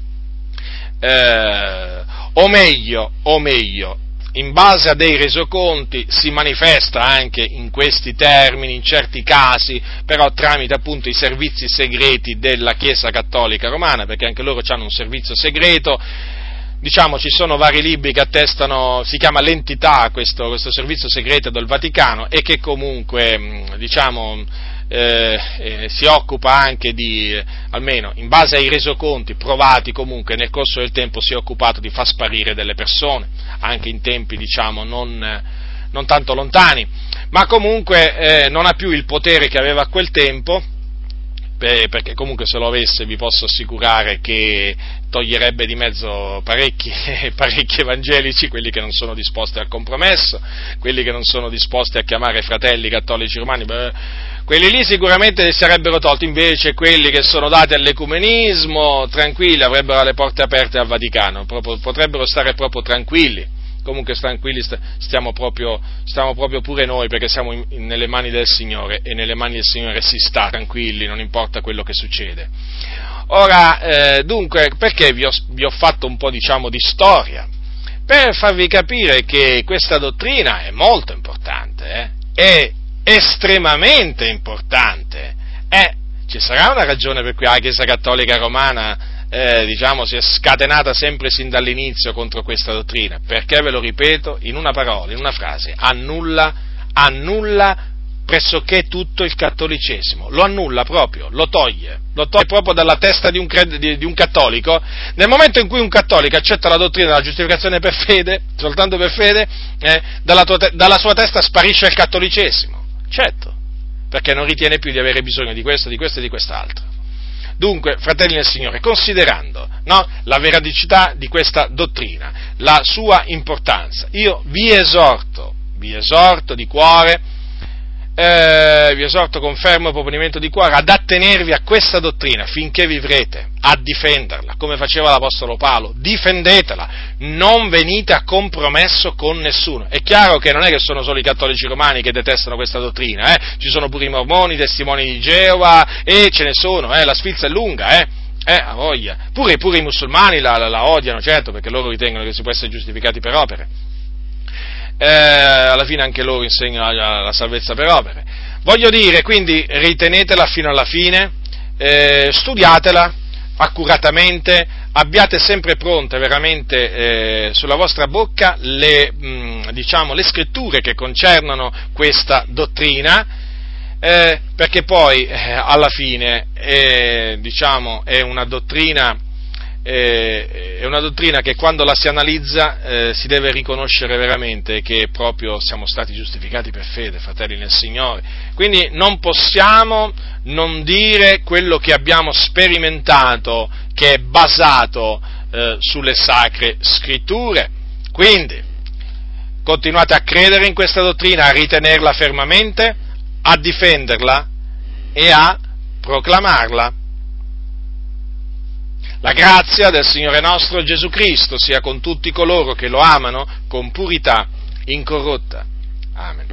Eh, o meglio, o meglio, in base a dei resoconti si manifesta anche in questi termini, in certi casi, però tramite appunto i servizi segreti della Chiesa Cattolica Romana, perché anche loro hanno un servizio segreto. Diciamo, ci sono vari libri che attestano, si chiama l'entità, questo, questo servizio segreto del Vaticano, e che comunque, diciamo, eh, eh, si occupa anche di, eh, almeno in base ai resoconti provati comunque nel corso del tempo, si è occupato di far sparire delle persone, anche in tempi, diciamo, non, non tanto lontani, ma comunque eh, non ha più il potere che aveva a quel tempo, perché comunque se lo avesse vi posso assicurare che toglierebbe di mezzo parecchi, parecchi evangelici, quelli che non sono disposti al compromesso, quelli che non sono disposti a chiamare fratelli cattolici romani, beh, quelli lì sicuramente li sarebbero tolti, invece quelli che sono dati all'ecumenismo, tranquilli, avrebbero le porte aperte al Vaticano, proprio, potrebbero stare proprio tranquilli. Comunque tranquilli, stiamo proprio, stiamo proprio pure noi, perché siamo in, in, nelle mani del Signore, e nelle mani del Signore si sta tranquilli, non importa quello che succede. Ora, eh, dunque, perché vi ho, vi ho fatto un po', diciamo, di storia? Per farvi capire che questa dottrina è molto importante, eh? È estremamente importante. Eh, ci sarà una ragione per cui la Chiesa Cattolica Romana Eh, diciamo, si è scatenata sempre sin dall'inizio contro questa dottrina, perché, ve lo ripeto, in una parola, in una frase, annulla, annulla pressoché tutto il cattolicesimo, lo annulla proprio, lo toglie, lo toglie proprio dalla testa di un, cred- di, di un cattolico. Nel momento in cui un cattolico accetta la dottrina della giustificazione per fede, soltanto per fede, eh, dalla, tua te- dalla sua testa sparisce il cattolicesimo, certo, perché non ritiene più di avere bisogno di questo, di questo e di quest'altro. Dunque, fratelli nel Signore, considerando, no, la veridicità di questa dottrina, la sua importanza, io vi esorto, vi esorto di cuore, eh, vi esorto con fermo proponimento di cuore ad attenervi a questa dottrina finché vivrete, a difenderla, come faceva l'Apostolo Paolo, difendetela, non venite a compromesso con nessuno. È chiaro che non è che sono solo i cattolici romani che detestano questa dottrina, eh? Ci sono pure i mormoni, i testimoni di Geova, e ce ne sono, eh? La sfilza è lunga, eh? Eh, a voglia. Pure, pure i musulmani la, la, la odiano, certo, perché loro ritengono che si può essere giustificati per opere. Eh, alla fine anche loro insegnano la, la salvezza per opere. Voglio dire, quindi, ritenetela fino alla fine, eh, studiatela accuratamente, abbiate sempre pronte veramente eh, sulla vostra bocca le, mh, diciamo, le scritture che concernono questa dottrina, eh, perché poi eh, alla fine eh, diciamo, è una dottrina eh, è una dottrina che quando la si analizza eh, si deve riconoscere veramente che proprio siamo stati giustificati per fede, fratelli nel Signore. Quindi non possiamo non dire quello che abbiamo sperimentato, che è basato eh, sulle sacre scritture. Quindi continuate a credere in questa dottrina, a ritenerla fermamente, a difenderla e a proclamarla. La grazia del Signore nostro Gesù Cristo sia con tutti coloro che lo amano con purità incorrotta. Amen.